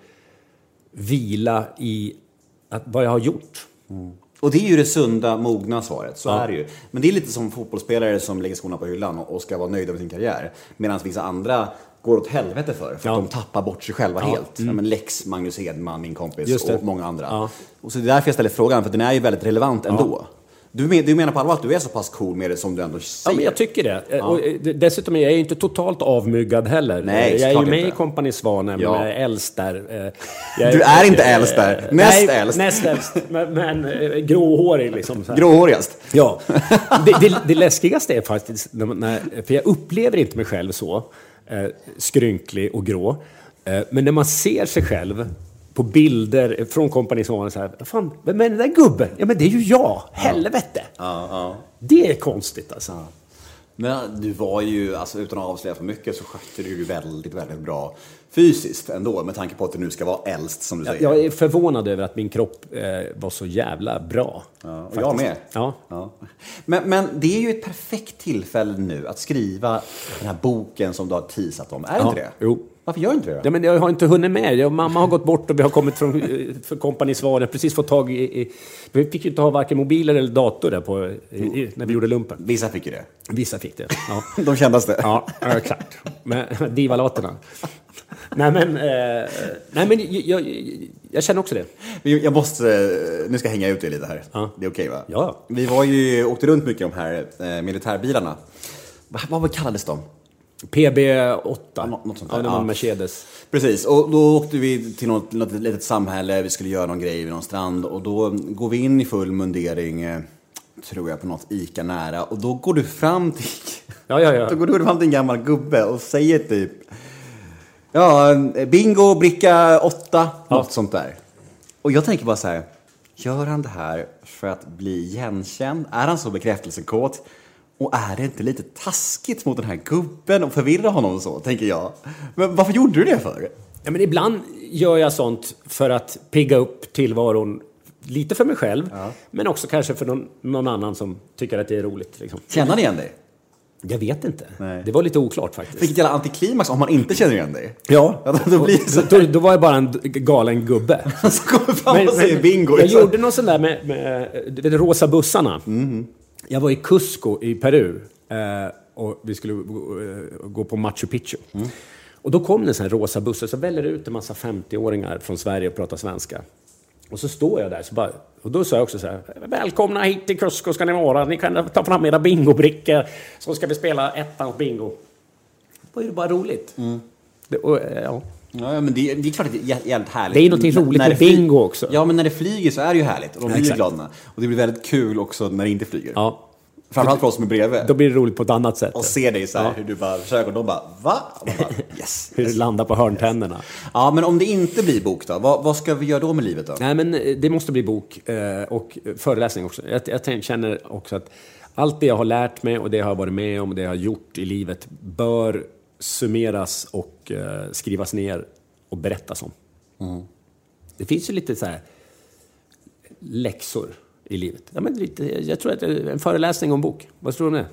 vila i att, vad jag har gjort. Mm. Och det är ju det sunda, mogna svaret. Så ja. är det ju. Men det är lite som fotbollsspelare som lägger skorna på hyllan och ska vara nöjda med sin karriär. Medan vissa andra går åt helvete för. För ja. att de tappar bort sig själva ja. helt. Mm. Ja, men Lex, Magnus Hedman, min kompis och många andra. Ja. Och så det är därför jag ställer frågan. För den är ju väldigt relevant ändå. Ja. Du, men, du menar på allvar att du är så pass cool med det som du ändå säger? Ja, men jag tycker det. Ja. Och dessutom är jag inte totalt avmyggad heller. Nej, jag är ju med inte. i Kompani Svanen, ja. men jag är äldst där. Jag, du är inte äldst där. Näst nej, äldst. Näst äldst. Men, men gråhårig liksom. Så här. Gråhårigast. Ja. Det, det, det läskigaste är faktiskt, när, för jag upplever inte mig själv så, eh, skrynklig och grå. Eh, men när man ser sig själv på bilder från Kompani Svanen så här, fan, vem är den där gubben? Ja, men det är ju jag. Helvete. Ja, ja. Det är konstigt alltså. Ja. Men du var ju, alltså, utan att avslöja för mycket, så skötte du ju väldigt, väldigt bra fysiskt ändå, med tanke på att du nu ska vara äldst, som du säger. Jag är förvånad över att min kropp eh, var så jävla bra. Ja, och jag med. Ja. Ja. Men, men det är ju ett perfekt tillfälle nu att skriva den här boken som du har teasat om. Är det ja. inte det? Jo. Varför gör inte det då? Ja, men jag har inte hunnit med. Jag, mamma har gått bort och vi har kommit från för Kompani Svanen. Jag har precis fått tag i, i... Vi fick ju inte ha varken mobiler eller dator där på, i, i, när vi gjorde lumpen. Vissa fick ju det. Vissa fick det, ja. De kändaste. Ja, exakt. Med divalaterna. Nej, men, eh, nej, men jag, jag, jag känner också det. Jag måste, nu ska jag hänga ut det lite här. Ja. Det är okej, va? Ja. Vi var ju, åkte runt mycket de här eh, militärbilarna. Vad, vad kallades de? P B åtta. Nå, något sånt där. Ja, det var Mercedes. Precis, och då åkte vi till något, något litet samhälle. Vi skulle göra någon grej vid någon strand. Och då går vi in i full mundering, eh, tror jag, på något Ica nära. Och då går du fram till... Ja, ja, ja. Då går du fram till en gammal gubbe och säger typ... Ja, bingo, bricka åtta, ja. Något sånt där. Och jag tänker bara så här, gör han det här för att bli igenkänd? Är han så bekräftelsekåt? Och är det inte lite taskigt mot den här gubben och förvirra honom så, tänker jag. Men varför gjorde du det för? Ja, men ibland gör jag sånt för att pigga upp tillvaron lite för mig själv. Ja. Men också kanske för någon, någon annan som tycker att det är roligt. Liksom. Känner ni igen dig? Jag vet inte. Nej. Det var lite oklart faktiskt. Vilket jävla antiklimax om man inte känner igen dig. Ja, ja då, då, blir det så då, då var jag bara en galen gubbe. Så kommer fram men, och säger bingo. Jag liksom. gjorde något sånt där med, med de rosa bussarna. Mm. Jag var i Cusco i Peru eh, och vi skulle gå, gå på Machu Picchu. Mm. Och då kom det en sån här rosa buss och så väller ut en massa femtio-åringar från Sverige och pratar svenska. Och så står jag där så bara, och då sa jag också så här: välkomna hit till Cusco ska ni vara. Ni kan ta fram era bingobrickor så ska vi spela ettans bingo. Det var ju bara roligt. Mm. Det, och, ja. Ja, men det, det är klart att det är jävligt härligt. Det är något roligt med bingo också. Ja, men när det flyger så är det ju härligt. Och de blir glada. Och det blir väldigt kul också när det inte flyger. Ja. Framförallt för oss som är bredvid. Då blir det roligt på ett annat sätt. Och se dig så här, ja. Hur du bara försöker och de bara, va? Och de bara, yes. Hur yes. du landar på hörntänderna. Yes. Ja, men om det inte blir bok då? Vad, vad ska vi göra då med livet då? Nej, men det måste bli bok eh, och föreläsning också. Jag, jag känner också att allt det jag har lärt mig och det jag har varit med om och det jag har gjort i livet bör summeras och eh, skrivas ner och berättas om. Mm. Det finns ju lite så här läxor i livet. Ja, men lite, jag tror att det är en föreläsning om bok. Vad tror du om det?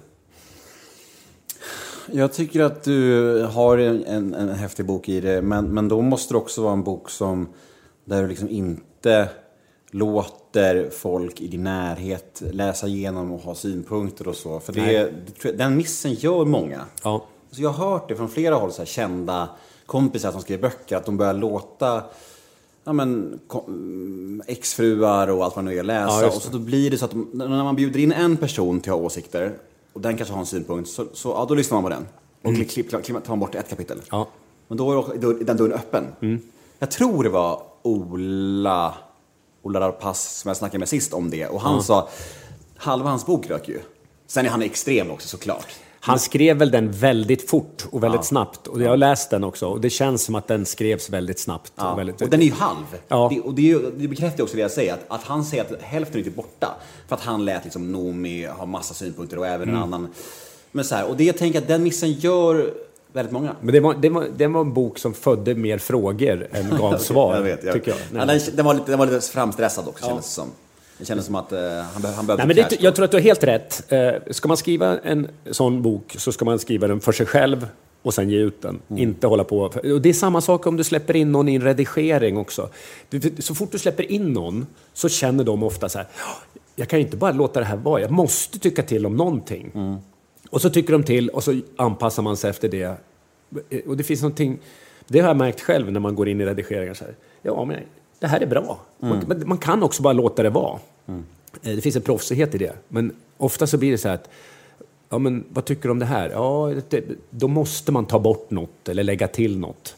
Jag tycker att du har en, en, en häftig bok i det. Men, men då måste det också vara en bok som där du liksom inte låter folk i din närhet läsa igenom och ha synpunkter och så. För det, det, den missen gör många. Ja. Så jag har hört det från flera håll, så här, kända kompisar som skriver böcker, att de börjar låta ja, men, exfruar och allt vad nu är läsa. Ja, och så då blir det så att de, när man bjuder in en person till att ha åsikter och den kanske har en synpunkt, så, så ja, då lyssnar man på den. Och mm. klipp, klipp, klipp, tar man bort ett kapitel. Ja. Men då är, då är den dörren öppen. Mm. Jag tror det var Ola Ola Rapace som jag snackade med sist om det. Och han ja. sa, halva hans bok rök ju. Sen är han extrem också, såklart. Han skrev väl den väldigt fort och väldigt ja. snabbt. Och jag har läst den också. Och det känns som att den skrevs väldigt snabbt. Ja. Och, väldigt... och den är ju halv. Ja. Det, och det, är, det bekräftar också det jag säger. Att, att han säger att hälften är inte borta. För att han lät liksom Noomi ha massa synpunkter. Och även mm. en annan Men så här, och det jag tänker att den missen gör väldigt många. Men det var, det var, det var en bok som födde mer frågor än gav svar, jag vet, jag tycker jag. Ja, den, den, var lite, den var lite framstressad också, ja. kändes som. Det kändes som att uh, han, be- han behövde... Nej, men det, jag tror att du har helt rätt. Uh, ska man skriva en sån bok så ska man skriva den för sig själv och sen ge ut den. Mm. Inte hålla på... Och det är samma sak om du släpper in någon i en redigering också. Du, så fort du släpper in någon så känner de ofta så här... Jag kan ju inte bara låta det här vara. Jag måste tycka till om någonting. Mm. Och så tycker de till och så anpassar man sig efter det. Och det finns någonting... Det har jag märkt själv när man går in i redigeringar så här. Ja, men det här är bra. Mm. Man, man kan också bara låta det vara. Mm. Det finns en proffsighet i det. Men ofta så blir det så här att... Ja, men vad tycker du om det här? Ja, det, då måste man ta bort något eller lägga till något.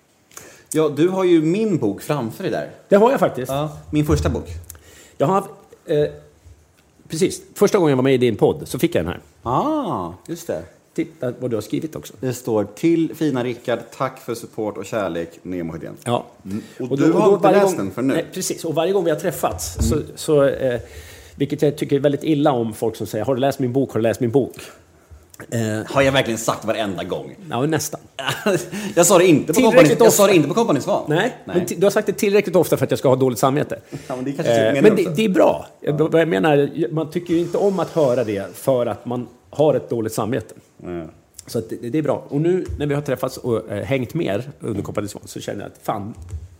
Ja, du har ju min bok framför dig där. Det har jag faktiskt. Ja, min första bok. Jag har... Eh, precis. Första gången jag var med i din podd så fick jag den här. Ah, just det. Titta vad du har skrivit också. Det står till fina Rickard, tack för support och kärlek, Nemo Hedén. Ja. Mm. Och, och du då, har inte läst den för nu. Nej, precis, och varje gång vi har träffats mm. så, så eh, vilket jag tycker är väldigt illa om folk som säger, har du läst min bok, har du läst min bok? Eh, har jag verkligen sagt varenda gång? Ja, nästan. jag sa det inte på Company, jag sa det inte på Company Svan. Nej, Nej. Men t- du har sagt det tillräckligt ofta för att jag ska ha dåligt samvete. Ja, men det, kanske eh, men det, det är bra. Ja. Jag, jag menar, man tycker ju inte om att höra det för att man har ett dåligt samvete. Mm. Så att det, det är bra. Och nu när vi har träffats och eh, hängt mer under Company Svan så känner jag att fan,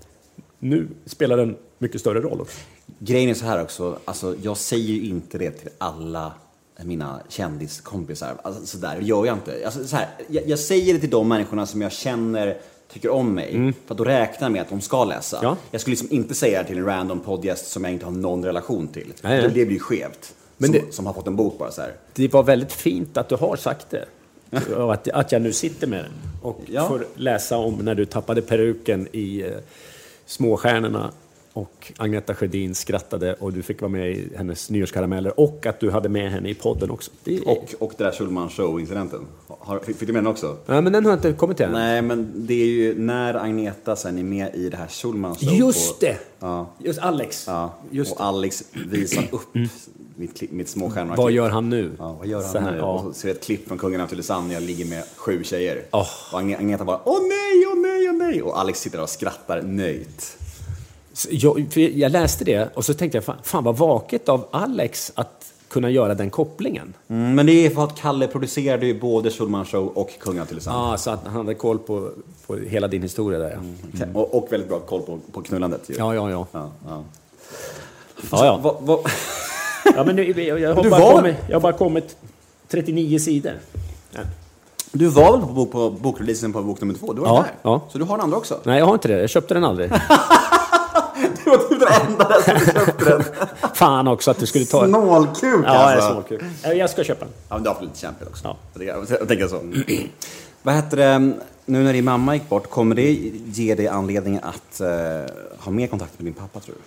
nu spelar den mycket större roll också. Grejen är så här också, alltså, jag säger ju inte det till alla mina kändiskompisar. Alltså, så där gör jag inte. Alltså, så här, jag, jag säger det till de människorna som jag känner tycker om mig. Mm. För att då räknar jag med att de ska läsa. Ja. Jag skulle liksom inte säga det till en random poddgäst som jag inte har någon relation till. Nej, nej. Det blir ju skevt. Men som, det, som har fått en bok bara så här. Det var väldigt fint att du har sagt det. Och att, att jag nu sitter med den. Och ja. får läsa om när du tappade peruken i eh, Småstjärnorna. Och Agneta Sjödin skrattade och du fick vara med i hennes nyårskarameller. Och att du hade med henne i podden också. Det... Och, och det där Schulman Show-incidenten. Har, fick du med den också? Nej, men den har inte kommit än. Nej, men det är ju när Agneta sen är med i det här Schulman Show. Just på, det! Ja. Just Alex. Ja. Just och det. Alex visar upp mm. mitt, mitt Småstjärnorna. Vad gör han nu? Ja, vad gör han här, nu? Ja. Och så ser vi ett klipp från Kungen av Tylösand. Jag ligger med sju tjejer. Oh. Och Agneta bara, åh nej, åh nej, åh nej. Och Alex sitter där och skrattar nöjt. Jag, jag läste det och så tänkte jag, fan, fan vad vaket av Alex att kunna göra den kopplingen. Mm, men det är för att Kalle producerade ju både Schulman Show och Kungen till exempel. Ja, ah, så att han hade koll på, på hela din historia där. Ja. Mm. Mm. Och, och väldigt bra koll på, på knullandet. Ju. Ja, ja, ja. ja, ja. ja, ja. Va, va? ja men nu, jag, jag, har bara var... kommit, jag har bara kommit trettionio sidor. Ja. Du var väl på, bok, på bokreleasen på bok nummer två? Du var ja, där. Ja. Så du har den andra också? Nej, jag har inte det. Jag köpte den aldrig. Det var typ den enda som köpte den. Fan också att du skulle ta... Snålkuk ja, alltså. Ja, det är snålkuk. Jag ska köpa den. Ja, men du har för lite kämpel också. Ja. Jag, jag tänker så. Vad heter det, nu när din mamma gick bort, kommer det ge dig anledning att uh, ha mer kontakt med din pappa, tror du?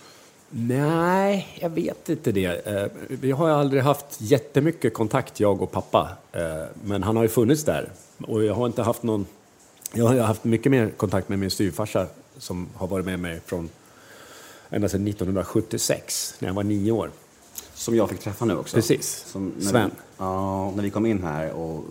Nej, jag vet inte det. Vi har ju aldrig haft jättemycket kontakt, jag och pappa. Men han har ju funnits där. Och jag har inte haft någon... Jag har haft mycket mer kontakt med min styvfarsa som har varit med mig från ända sedan nittonhundrasjuttiosex, när jag var nio år. Som jag fick träffa nu också. Precis, som när Sven. Vi, ja, när vi kom in här och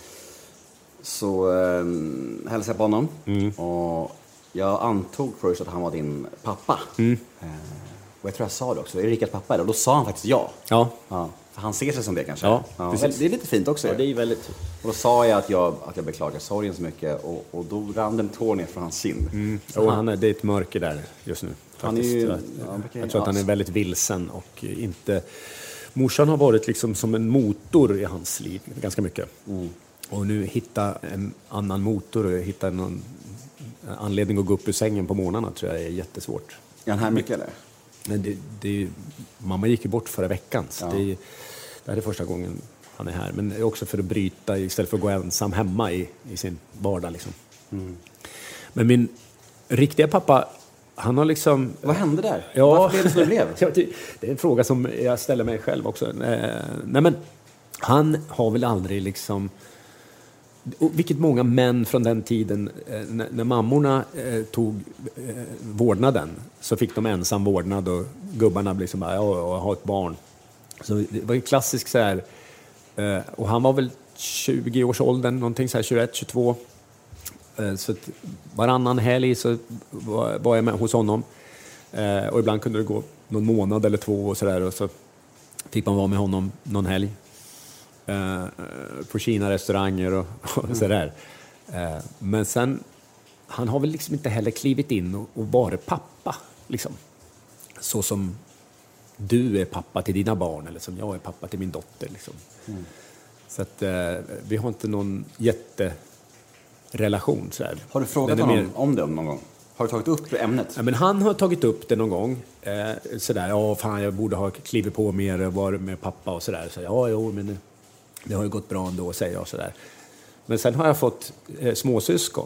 så eh, hälsade jag på honom. Mm. Och jag antog först att han var din pappa. Mm. Eh, och jag tror jag sa det också, är det Rickards pappa? Och då sa han faktiskt ja. Ja. Ja. För han ser sig som det kanske. Ja, ja. Det är lite fint också. Ja, det är väldigt... Och då sa jag att jag, att jag beklagar sorgen så mycket. Och, och då rann den tår ner från hans kind. Mm. Och han är, det är ett mörker där just nu. Han är ju, jag, ja, okay. jag tror att han är väldigt vilsen. Och inte... Morsan har varit liksom som en motor i hans liv ganska mycket. Mm. Och nu hitta en annan motor och hitta någon anledning att gå upp ur sängen på morgnarna tror jag är jättesvårt. Är han här mycket eller? Men det, det, mamma gick ju bort förra veckan. Så ja. det, det här är första gången han är här. Men också för att bryta istället för att gå ensam hemma i, i sin vardag. Liksom. Mm. Men min riktiga pappa, han har liksom... Vad hände där? Ja, varför blev det som det blev? Det är en fråga som jag ställer mig själv också. Nej, men han har väl aldrig liksom... Vilket många män från den tiden, när, när mammorna eh, tog eh, vårdnaden, så fick de ensam vårdnad och gubbarna blev som bara, ja, jag har ett barn. Så det var en klassisk så här, Eh, och han var väl tjugo års åldern, någonting så här tjugoett, tjugotvå. Eh, så att varannan helg så var, var jag med hos honom. Eh, och ibland kunde det gå någon månad eller två och så där. Och så fick man vara med honom någon helg. Eh, på Kina-restauranger och, och så där. Eh, men sen, han har väl liksom inte heller klivit in och, och varit pappa. Liksom. Så som du är pappa till dina barn eller som jag är pappa till min dotter. Liksom. Mm. Så att eh, vi har inte någon jätterelation. Så här. Har du frågat honom mer... om det någon gång? Har du tagit upp ämnet? Ja, men han har tagit upp det någon gång. Eh, sådär, ja fan jag borde ha klivit på mer och varit med pappa och sådär. Så, ja, jo, men det har ju gått bra ändå, säger jag sådär. Men sen har jag fått eh, småsyskon.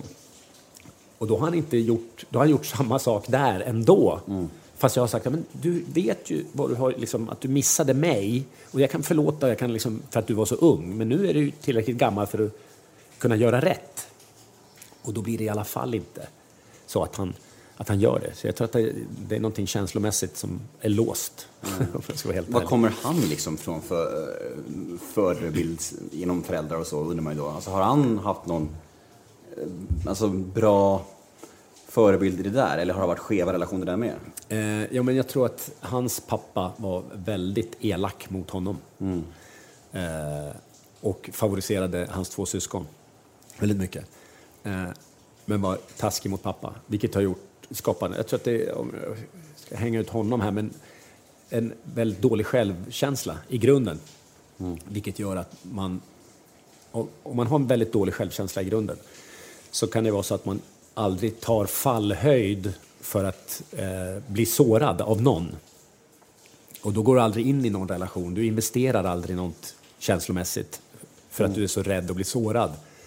Och då har han inte gjort, då har han gjort samma sak där ändå. Mm. Fast jag har sagt, ja, men du vet ju vad du har, liksom, att du missade mig. Och jag kan förlåta jag kan, liksom, för att du var så ung. Men nu är du tillräckligt gammal för att kunna göra rätt. Och då blir det i alla fall inte så att han, att han gör det. Så jag tror att det, det är någonting känslomässigt som är låst. Mm. Vad ärlig. Kommer han liksom från för, förebild genom föräldrar och så, undrar man ju då. Alltså, har han haft någon alltså, bra förebild i det där? Eller har det varit skeva relationer där med? Eh, ja, men jag tror att hans pappa var väldigt elak mot honom. Mm. Eh, och favoriserade hans två syskon väldigt mycket. Eh, men var taskig mot pappa. Vilket har gjort skapande. Jag tror att det, om jag ska hänga ut honom här, men en väldigt dålig självkänsla i grunden. Mm. Vilket gör att man, om man har en väldigt dålig självkänsla i grunden, så kan det vara så att man aldrig tar fallhöjd för att eh, bli sårad av någon. Och då går du aldrig in i någon relation. Du investerar aldrig något känslomässigt för att mm. du är så rädd att bli sårad.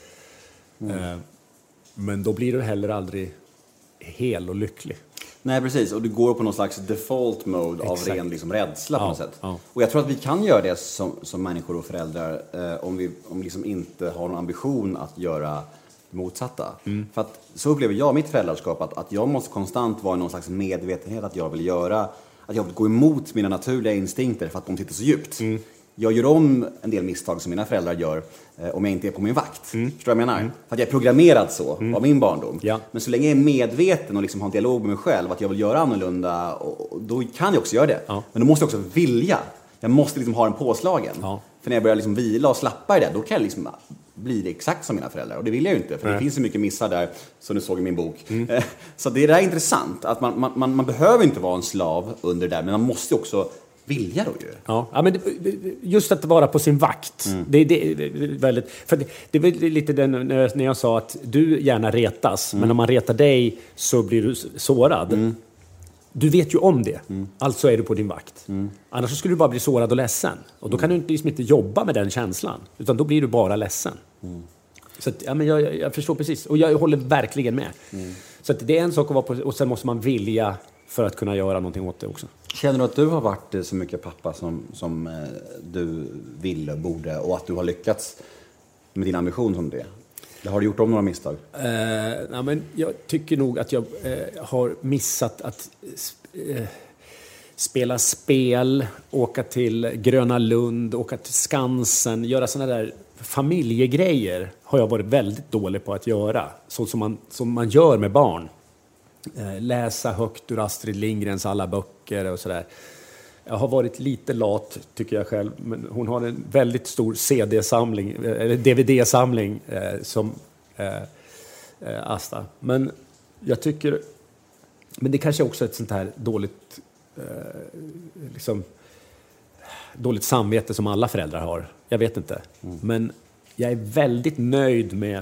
Mm. Eh, men då blir du heller aldrig hel och lycklig. Nej, precis. Och du går på någon slags default mode. Exakt. Av ren liksom, rädsla på ja, något sätt. Ja. Och jag tror att vi kan göra det som, som människor och föräldrar eh, om vi om liksom inte har någon ambition att göra motsatta. Mm. För att så upplever jag mitt föräldraskap att, att jag måste konstant vara i någon slags medvetenhet att jag vill göra, att jag vill gå emot mina naturliga instinkter för att de sitter så djupt. Mm. Jag gör om en del misstag som mina föräldrar gör eh, om jag inte är på min vakt. Mm. Förstår du vad jag menar? Mm. För att jag är programmerad så mm. av min barndom. Ja. Men så länge jag är medveten och liksom har en dialog med mig själv att jag vill göra annorlunda, och, och då kan jag också göra det. Ja. Men då måste jag också vilja. Jag måste liksom ha den påslagen. Ja. För när jag börjar liksom vila och slappa i det, då kan jag liksom bli det exakt som mina föräldrar. Och det vill jag ju inte, för Nej. Det finns så mycket missar där som du såg i min bok. Mm. Så det är där intressant, att man, man, man, man behöver inte vara en slav under det där, men man måste också vilja då ju. Ja, ja men det, just att vara på sin vakt. Mm. Det, det, det är väldigt, för det, det är lite den, när jag sa att du gärna retas, mm. men om man retar dig så blir du sårad. Mm. Du vet ju om det. Mm. Alltså är du på din vakt. Mm. Annars skulle du bara bli sårad och ledsen. Och då kan du liksom inte jobba med den känslan. Utan då blir du bara ledsen. Mm. Så att, ja, men jag, jag förstår precis. Och jag håller verkligen med. Mm. Så att det är en sak att vara på, och sen måste man vilja för att kunna göra någonting åt det också. Känner du att du har varit så mycket pappa som, som eh, du vill och borde, och att du har lyckats med din ambition som det? Eller har du gjort om några misstag? Uh, ja, men jag tycker nog att jag uh, har missat att uh, spela spel, åka till Gröna Lund, åka till Skansen, göra såna där familjegrejer har jag varit väldigt dålig på att göra. Så som man, som man gör med barn. Uh, läsa högt ur Astrid Lindgrens alla böcker och sådär. Jag har varit lite lat, tycker jag själv. Men hon har en väldigt stor C D-samling, eller D V D-samling eh, som eh, eh, Asta. Men jag tycker... Men det kanske också är ett sånt här dåligt, eh, liksom, dåligt samvete som alla föräldrar har. Jag vet inte. Mm. Men jag är väldigt nöjd med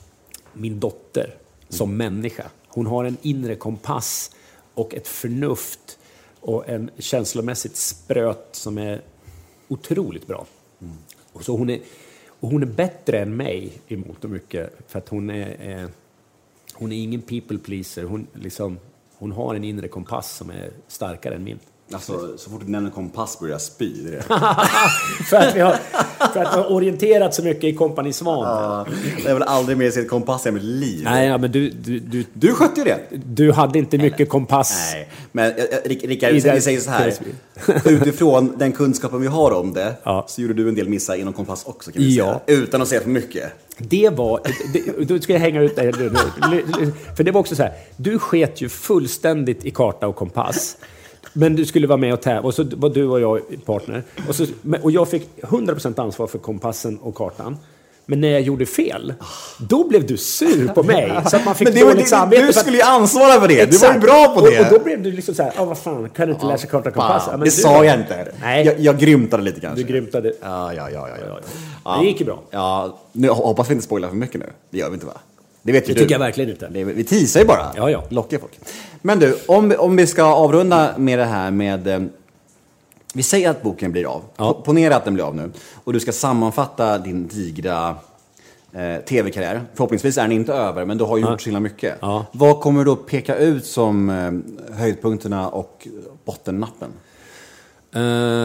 min dotter mm. som människa. Hon har en inre kompass och ett förnuft och en känslomässigt spröt som är otroligt bra. Mm. Och, så hon är, och hon är bättre än mig i mångt och mycket. För att hon är, är, hon är ingen people pleaser. Hon, liksom, hon har en inre kompass som är starkare än min. Alltså, så fort du nämner kompass börjar jag spy. Det är det. för, att vi har, för att vi har orienterat så mycket i Kompani Svan. Ja, jag vill aldrig mer se ett kompass i mitt liv. Nej, ja, men du... Du, du, du skötte ju det. Du hade inte mycket nej, kompass. Nej, men Rickard, vi säger så här. Utifrån den kunskapen vi har om det, ja. Så gjorde du en del missar inom kompass också, kan vi ja. säga. Utan att säga för mycket. Det var... Det, då ska jag hänga ut dig. För det var också så här. Du sket ju fullständigt i karta och kompass. Men du skulle vara med och tävla. Och så var du och jag partner. Och, så, och jag fick hundra procent ansvar för kompassen och kartan. Men när jag gjorde fel, då blev du sur på mig. Så att man fick men det var, det, du skulle ju ansvara för det. Exakt. Du var ju bra på det. Och, och då blev du liksom så här, ja, vad fan, kan du inte ja, läsa karta och kompass? Ja, men det sa jag inte. Nej. Jag, jag grymtade lite kanske. Du grymtade. Ja, ja, ja, ja, ja. ja. Det gick ju bra. Ja, nu hoppas vi inte spoilar för mycket nu. Det gör vi inte, va? Det vet ju det du. Tycker jag verkligen inte. Det, vi teasar ju bara. Ja, ja. Lockar folk. Men du, om, om vi ska avrunda med det här med... Eh, vi säger att boken blir av. Ja. Ponera att den blir av nu. Och du ska sammanfatta din digra eh, tv-karriär. Förhoppningsvis är den inte över, men du har gjort ja. så himla mycket. Ja. Vad kommer du att peka ut som eh, höjdpunkterna och bottennappen? Uh,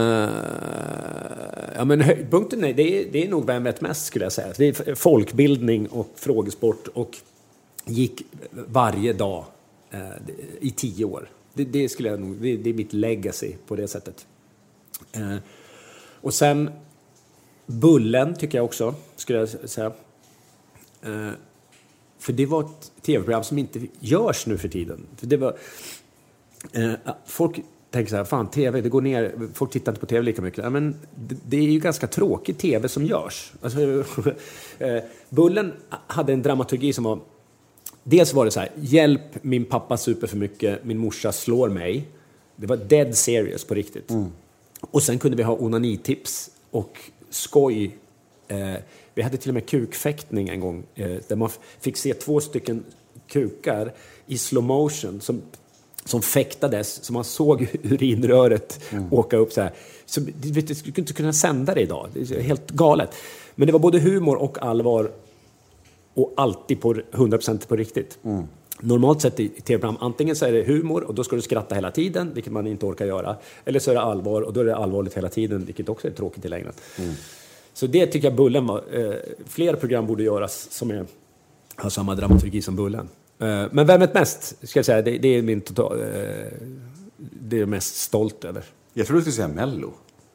ja, men höjdpunkten är, det är, det är nog vem vet mest, skulle jag säga. Det är folkbildning och frågesport, och gick varje dag uh, i tio år. Det, det skulle jag nog, det, det är mitt legacy på det sättet. Uh, och sen Bullen tycker jag också, skulle jag säga. Uh, för det var ett tv-program som inte görs nu för tiden. För det var uh, folk tänker så här, fan, tv, det går ner, folk tittar inte på tv lika mycket. Ja, men det, det är ju ganska tråkigt tv som görs. Alltså, eh, Bullen hade en dramaturgi som var, dels var det så här, hjälp, min pappa super för mycket, min morsa slår mig. Det var dead serious på riktigt. Mm. Och sen kunde vi ha onanitips och skoj. Eh, vi hade till och med kukfäktning en gång, eh, där man fick se två stycken kukar i slow motion som som fäktades, så man såg urinröret mm. åka upp så här. Så vet du, skulle inte kunna sända det idag. Det är helt galet. Men det var både humor och allvar, och alltid på hundra procent på riktigt. Mm. Normalt sett i tv-program, antingen så är det humor och då ska du skratta hela tiden, vilket man inte orkar göra. Eller så är det allvar och då är det allvarligt hela tiden, vilket också är tråkigt i längden. Mm. Så det tycker jag Bullen var. Eh, fler program borde göras som är, har samma dramaturgi som Bullen. Men vem vet mest, ska jag säga, det, det är min total, det är jag mest stolt över. Jag tror du skulle säga Mello.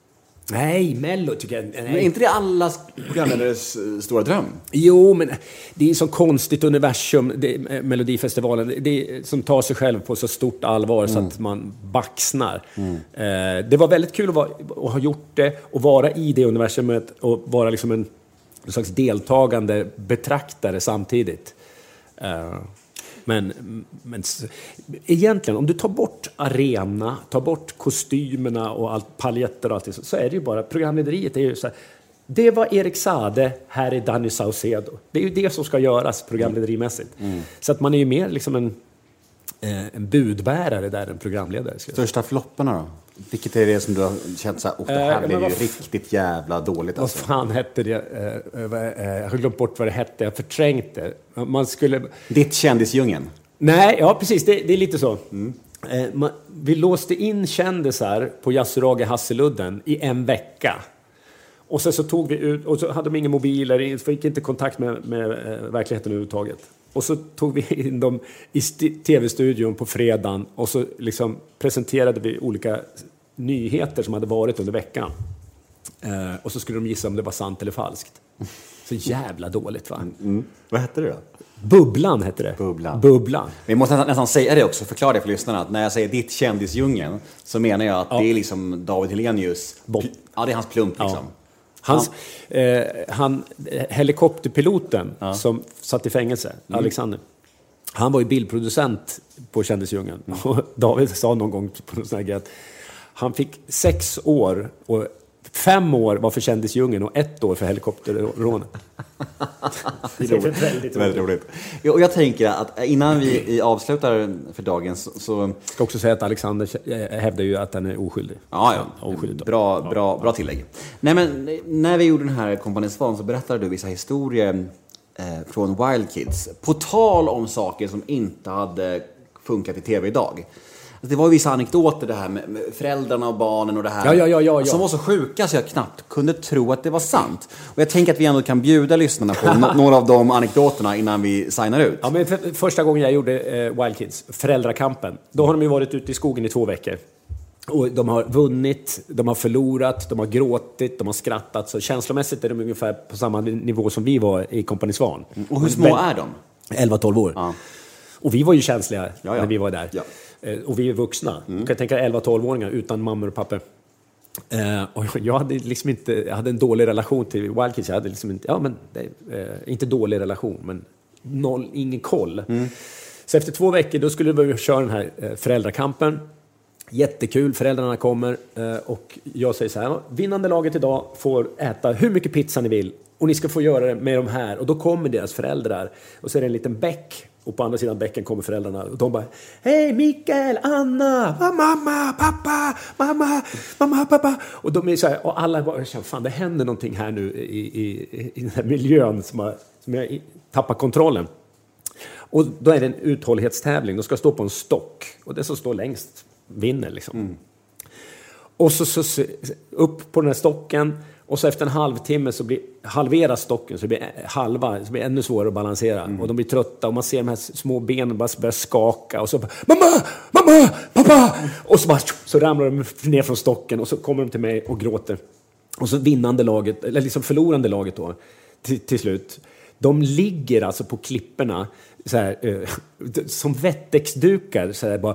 Nej, Mello tycker jag. Nej. Men är inte det alla programledares stora dröm? Jo, men det är så konstigt universum, det, Melodifestivalen, det är, som tar sig själv på så stort allvar mm. så att man baxnar. Mm. Eh, det var väldigt kul att, vara, att ha gjort det och vara i det universumet och vara liksom en, en slags deltagande betraktare samtidigt. Uh, men, men egentligen, om du tar bort arena, tar bort kostymerna och allt, paljetter och allt det, så, så är det ju bara, programlederiet är ju så här, det var Erik Sade, här är Danny Saucedo. Det är ju det som ska göras programlederimässigt. Mm. Så att man är ju mer liksom en, eh, en budbärare där än programledare. Största flopparna då? Vilket är det som du har känt så här, oh, det här blev ju f- riktigt jävla dåligt. Alltså. Vad fan hette det? Jag har glömt bort vad det hette. Jag förträngt det. Man skulle... Ditt kändisdjungeln? Nej, ja precis. Det, det är lite så. Mm. Man, vi låste in kändisar på Yasuragi Hasseludden i en vecka. Och sen så tog vi ut, och så hade de inga mobiler, fick inte kontakt med, med verkligheten överhuvudtaget. Och så tog vi in dem i st- tv-studion på fredagen och så liksom presenterade vi olika nyheter som hade varit under veckan. Eh, och så skulle de gissa om det var sant eller falskt. Så jävla dåligt, va? Mm, mm. Vad hette det då? Bubblan hette det. Bubblan. Bubblan. Vi måste nästan säga det också, förklara det för lyssnarna. Att när jag säger ditt kändisdjungeln så menar jag att ja. det är liksom David Hellenius. Pl- ja, det är hans plump liksom. Ja. Hans, eh, han, helikopterpiloten ja. som satt i fängelse, mm. Alexander, han var ju bildproducent på Kändisdjungeln. Mm. Och David sa någon gång på någon sån här grej att han fick sex år och fem år var för Kändisdjungeln och ett år för helikopterrånet. Det är väldigt, väldigt roligt. Och jag tänker att innan vi avslutar för dagen så... så... Jag ska också säga att Alexander hävdar ju att han är oskyldig. Ja, ja. Oskyldig bra, bra, bra tillägg. Nej, men när vi gjorde den här Kompani Svan så berättade du vissa historier eh, från Wild Kids. På tal om saker som inte hade funkat i tv idag. det var ju vissa anekdoter det här med, med föräldrarna och barnen och det här. Ja, ja, ja, ja, ja. Som var så sjuka så jag knappt kunde tro att det var sant. Och jag tänker att vi ändå kan bjuda lyssnarna på no- några av de anekdoterna innan vi signar ut. Ja, men för, första gången jag gjorde eh, Wild Kids, föräldrakampen, då har de ju varit ute i skogen i två veckor. Och de har vunnit, de har förlorat, de har gråtit, de har skrattat. Så känslomässigt är de ungefär på samma nivå som vi var i Kompani Svan. Och hur små är de? elva tolv år. Ja. Och vi var ju känsliga ja, ja. när vi var där. Ja. Och vi är vuxna. Mm. Kan jag tänka elva tolv-åringar utan mammor och papper. Eh, och jag hade liksom inte, jag hade en dålig relation till Wild Kids. Jag hade liksom inte, ja men, eh, inte dålig relation, men noll, ingen koll. Mm. Så efter två veckor då skulle vi köra den här eh, föräldrakampen. Jättekul, föräldrarna kommer eh, och jag säger så här, vinnande laget idag får äta hur mycket pizza ni vill och ni ska få göra det med de här. Och då kommer deras föräldrar och så är det en liten bäck. Och på andra sidan bäcken kommer föräldrarna. Och de bara, hej Mikael, Anna, mamma, pappa, mamma, mamma, pappa. Och de är så här, och alla bara känner, fan det händer någonting här nu i, i, i den här miljön som, har, som jag tappar kontrollen. Och då är det en uthållighetstävling. De ska stå på en stock. Och det som står längst vinner liksom. Mm. Och så, så upp på den här stocken. Och så efter en halvtimme så blir halveras stocken så det blir halva, så blir det ännu svårare att balansera. Mm. Och de blir trötta och man ser de här små benen bara börja skaka och så bara, mamma, mamma, pappa! Och så bara, så ramlar de ner från stocken och så kommer de till mig och gråter. Och så vinnande laget, eller liksom förlorande laget då, till, till slut. De ligger alltså på klipporna så här, eh, som vettexdukar så här bara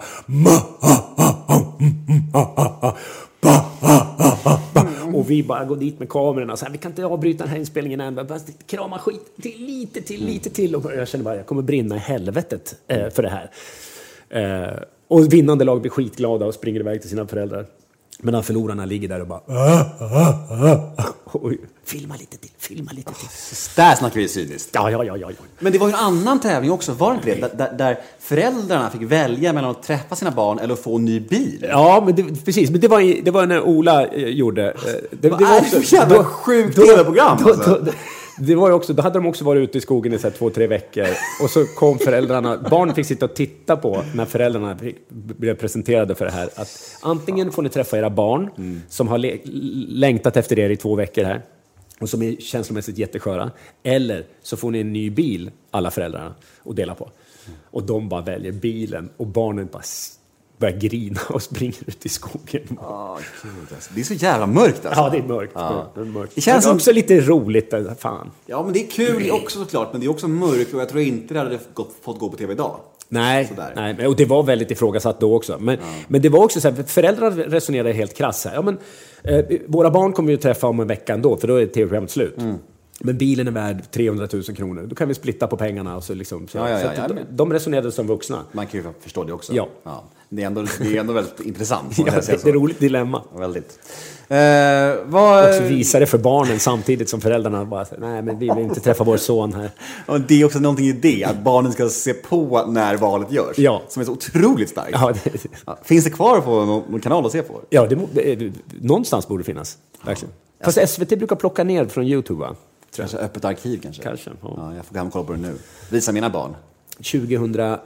och vi bara går dit med kamerorna så här, vi kan inte avbryta den här inspelningen än, bara krama skit till, lite till, lite till och jag känner bara, jag kommer brinna i helvetet eh, för det här. Eh, och vinnande lag blir skitglada och springer iväg till sina föräldrar. Medan förlorarna ligger där och bara och filma lite till, filma lite till. Där snackar vi sydiskt. Ja, ja, ja, ja. Men det var ju en annan tävling också, var det inte det? Där, där föräldrarna fick välja mellan att träffa sina barn eller att få en ny bil. Ja, men det, precis. Men det var, det var när Ola eh, gjorde. Det, Vad det var är också, det för jävla sjukt tv-program? Då, då, då, det var ju också, då hade de också varit ute i skogen i så här, två, tre veckor. Och så kom föräldrarna, barnen fick sitta och titta på när föräldrarna fick, blev presenterade för det här. Att antingen får ni träffa era barn mm. som har le, längtat efter er i två veckor här. Och som är känslomässigt jättesköra. Eller så får ni en ny bil, alla föräldrarna, och dela på. Och de bara väljer bilen och barnen bara börjar grina och springer ut i skogen. Oh, det är så jävla mörkt alltså. Ja, det är mörkt. Ja. Det är mörkt. Det känns det är också som... lite roligt. Fan. Ja, men det är kul också såklart. Men det är också mörkt och jag tror inte det hade gått, fått gå på tv idag. Nej, nej, och det var väldigt ifrågasatt då också. Men, ja. men det var också så här, föräldrar resonerade helt krass här. Ja, men, eh, våra barn kommer ju träffa om en vecka ändå, för då är tv-programmet slut. Mm. Men bilen är värd trehundratusen kronor. Då kan vi splitta på pengarna. Och så liksom, så, ja, ja, ja, så de, de resonerade som vuxna. Man kan ju förstå det också. Ja. Ja. Det, är ändå, det är ändå väldigt intressant. Ja, det är ett roligt dilemma. Väldigt. Eh, vad... Och så visar det för barnen samtidigt som föräldrarna bara säger, nej men vi vill inte träffa vår son här. Och det är också någonting i det, att barnen ska se på när valet görs. Ja. Som är så otroligt starkt. Ja, det... ja, finns det kvar på någon kanal att se på? Ja, det, det, någonstans borde det finnas. Verkligen. Ja. Fast S V T brukar plocka ner från YouTube, va? Kanske öppet arkiv kanske. Kanske, ja. Ja, jag får gå hem och kolla på det nu. Visa mina barn. tjugohundrasju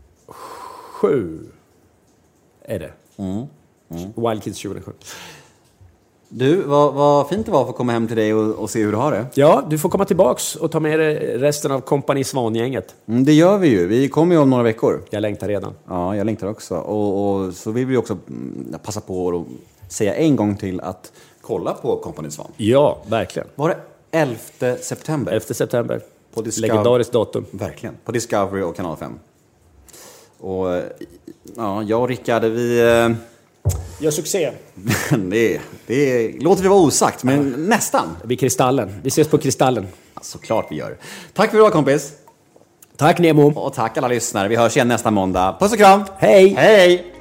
är det. Mm. Mm. Wild Kids tjugohundrasju. Du, vad, vad fint det var att få komma hem till dig och, och se hur du har det. Ja, du får komma tillbaks och ta med dig resten av Kompani Svan-gänget. Mm, det gör vi ju. Vi kommer ju om några veckor. Jag längtar redan. Ja, jag längtar också. Och, och så vill vi också passa på att säga en gång till att kolla på Kompani Svan. Ja, verkligen. Var det elfte september? elfte september. På Discover- Legendariskt datum. Verkligen. På Discovery och Kanal fem. Och ja, jag och Rickard, vi... Gör succé. det, det låter vi vara osagt, men ja. nästan. Vid Kristallen. Vi ses på Kristallen. Ja, såklart vi gör. Tack för idag, kompis. Tack, Nemo. Och tack alla lyssnare. Vi hörs igen nästa måndag. Puss och kram. Hej. Hej.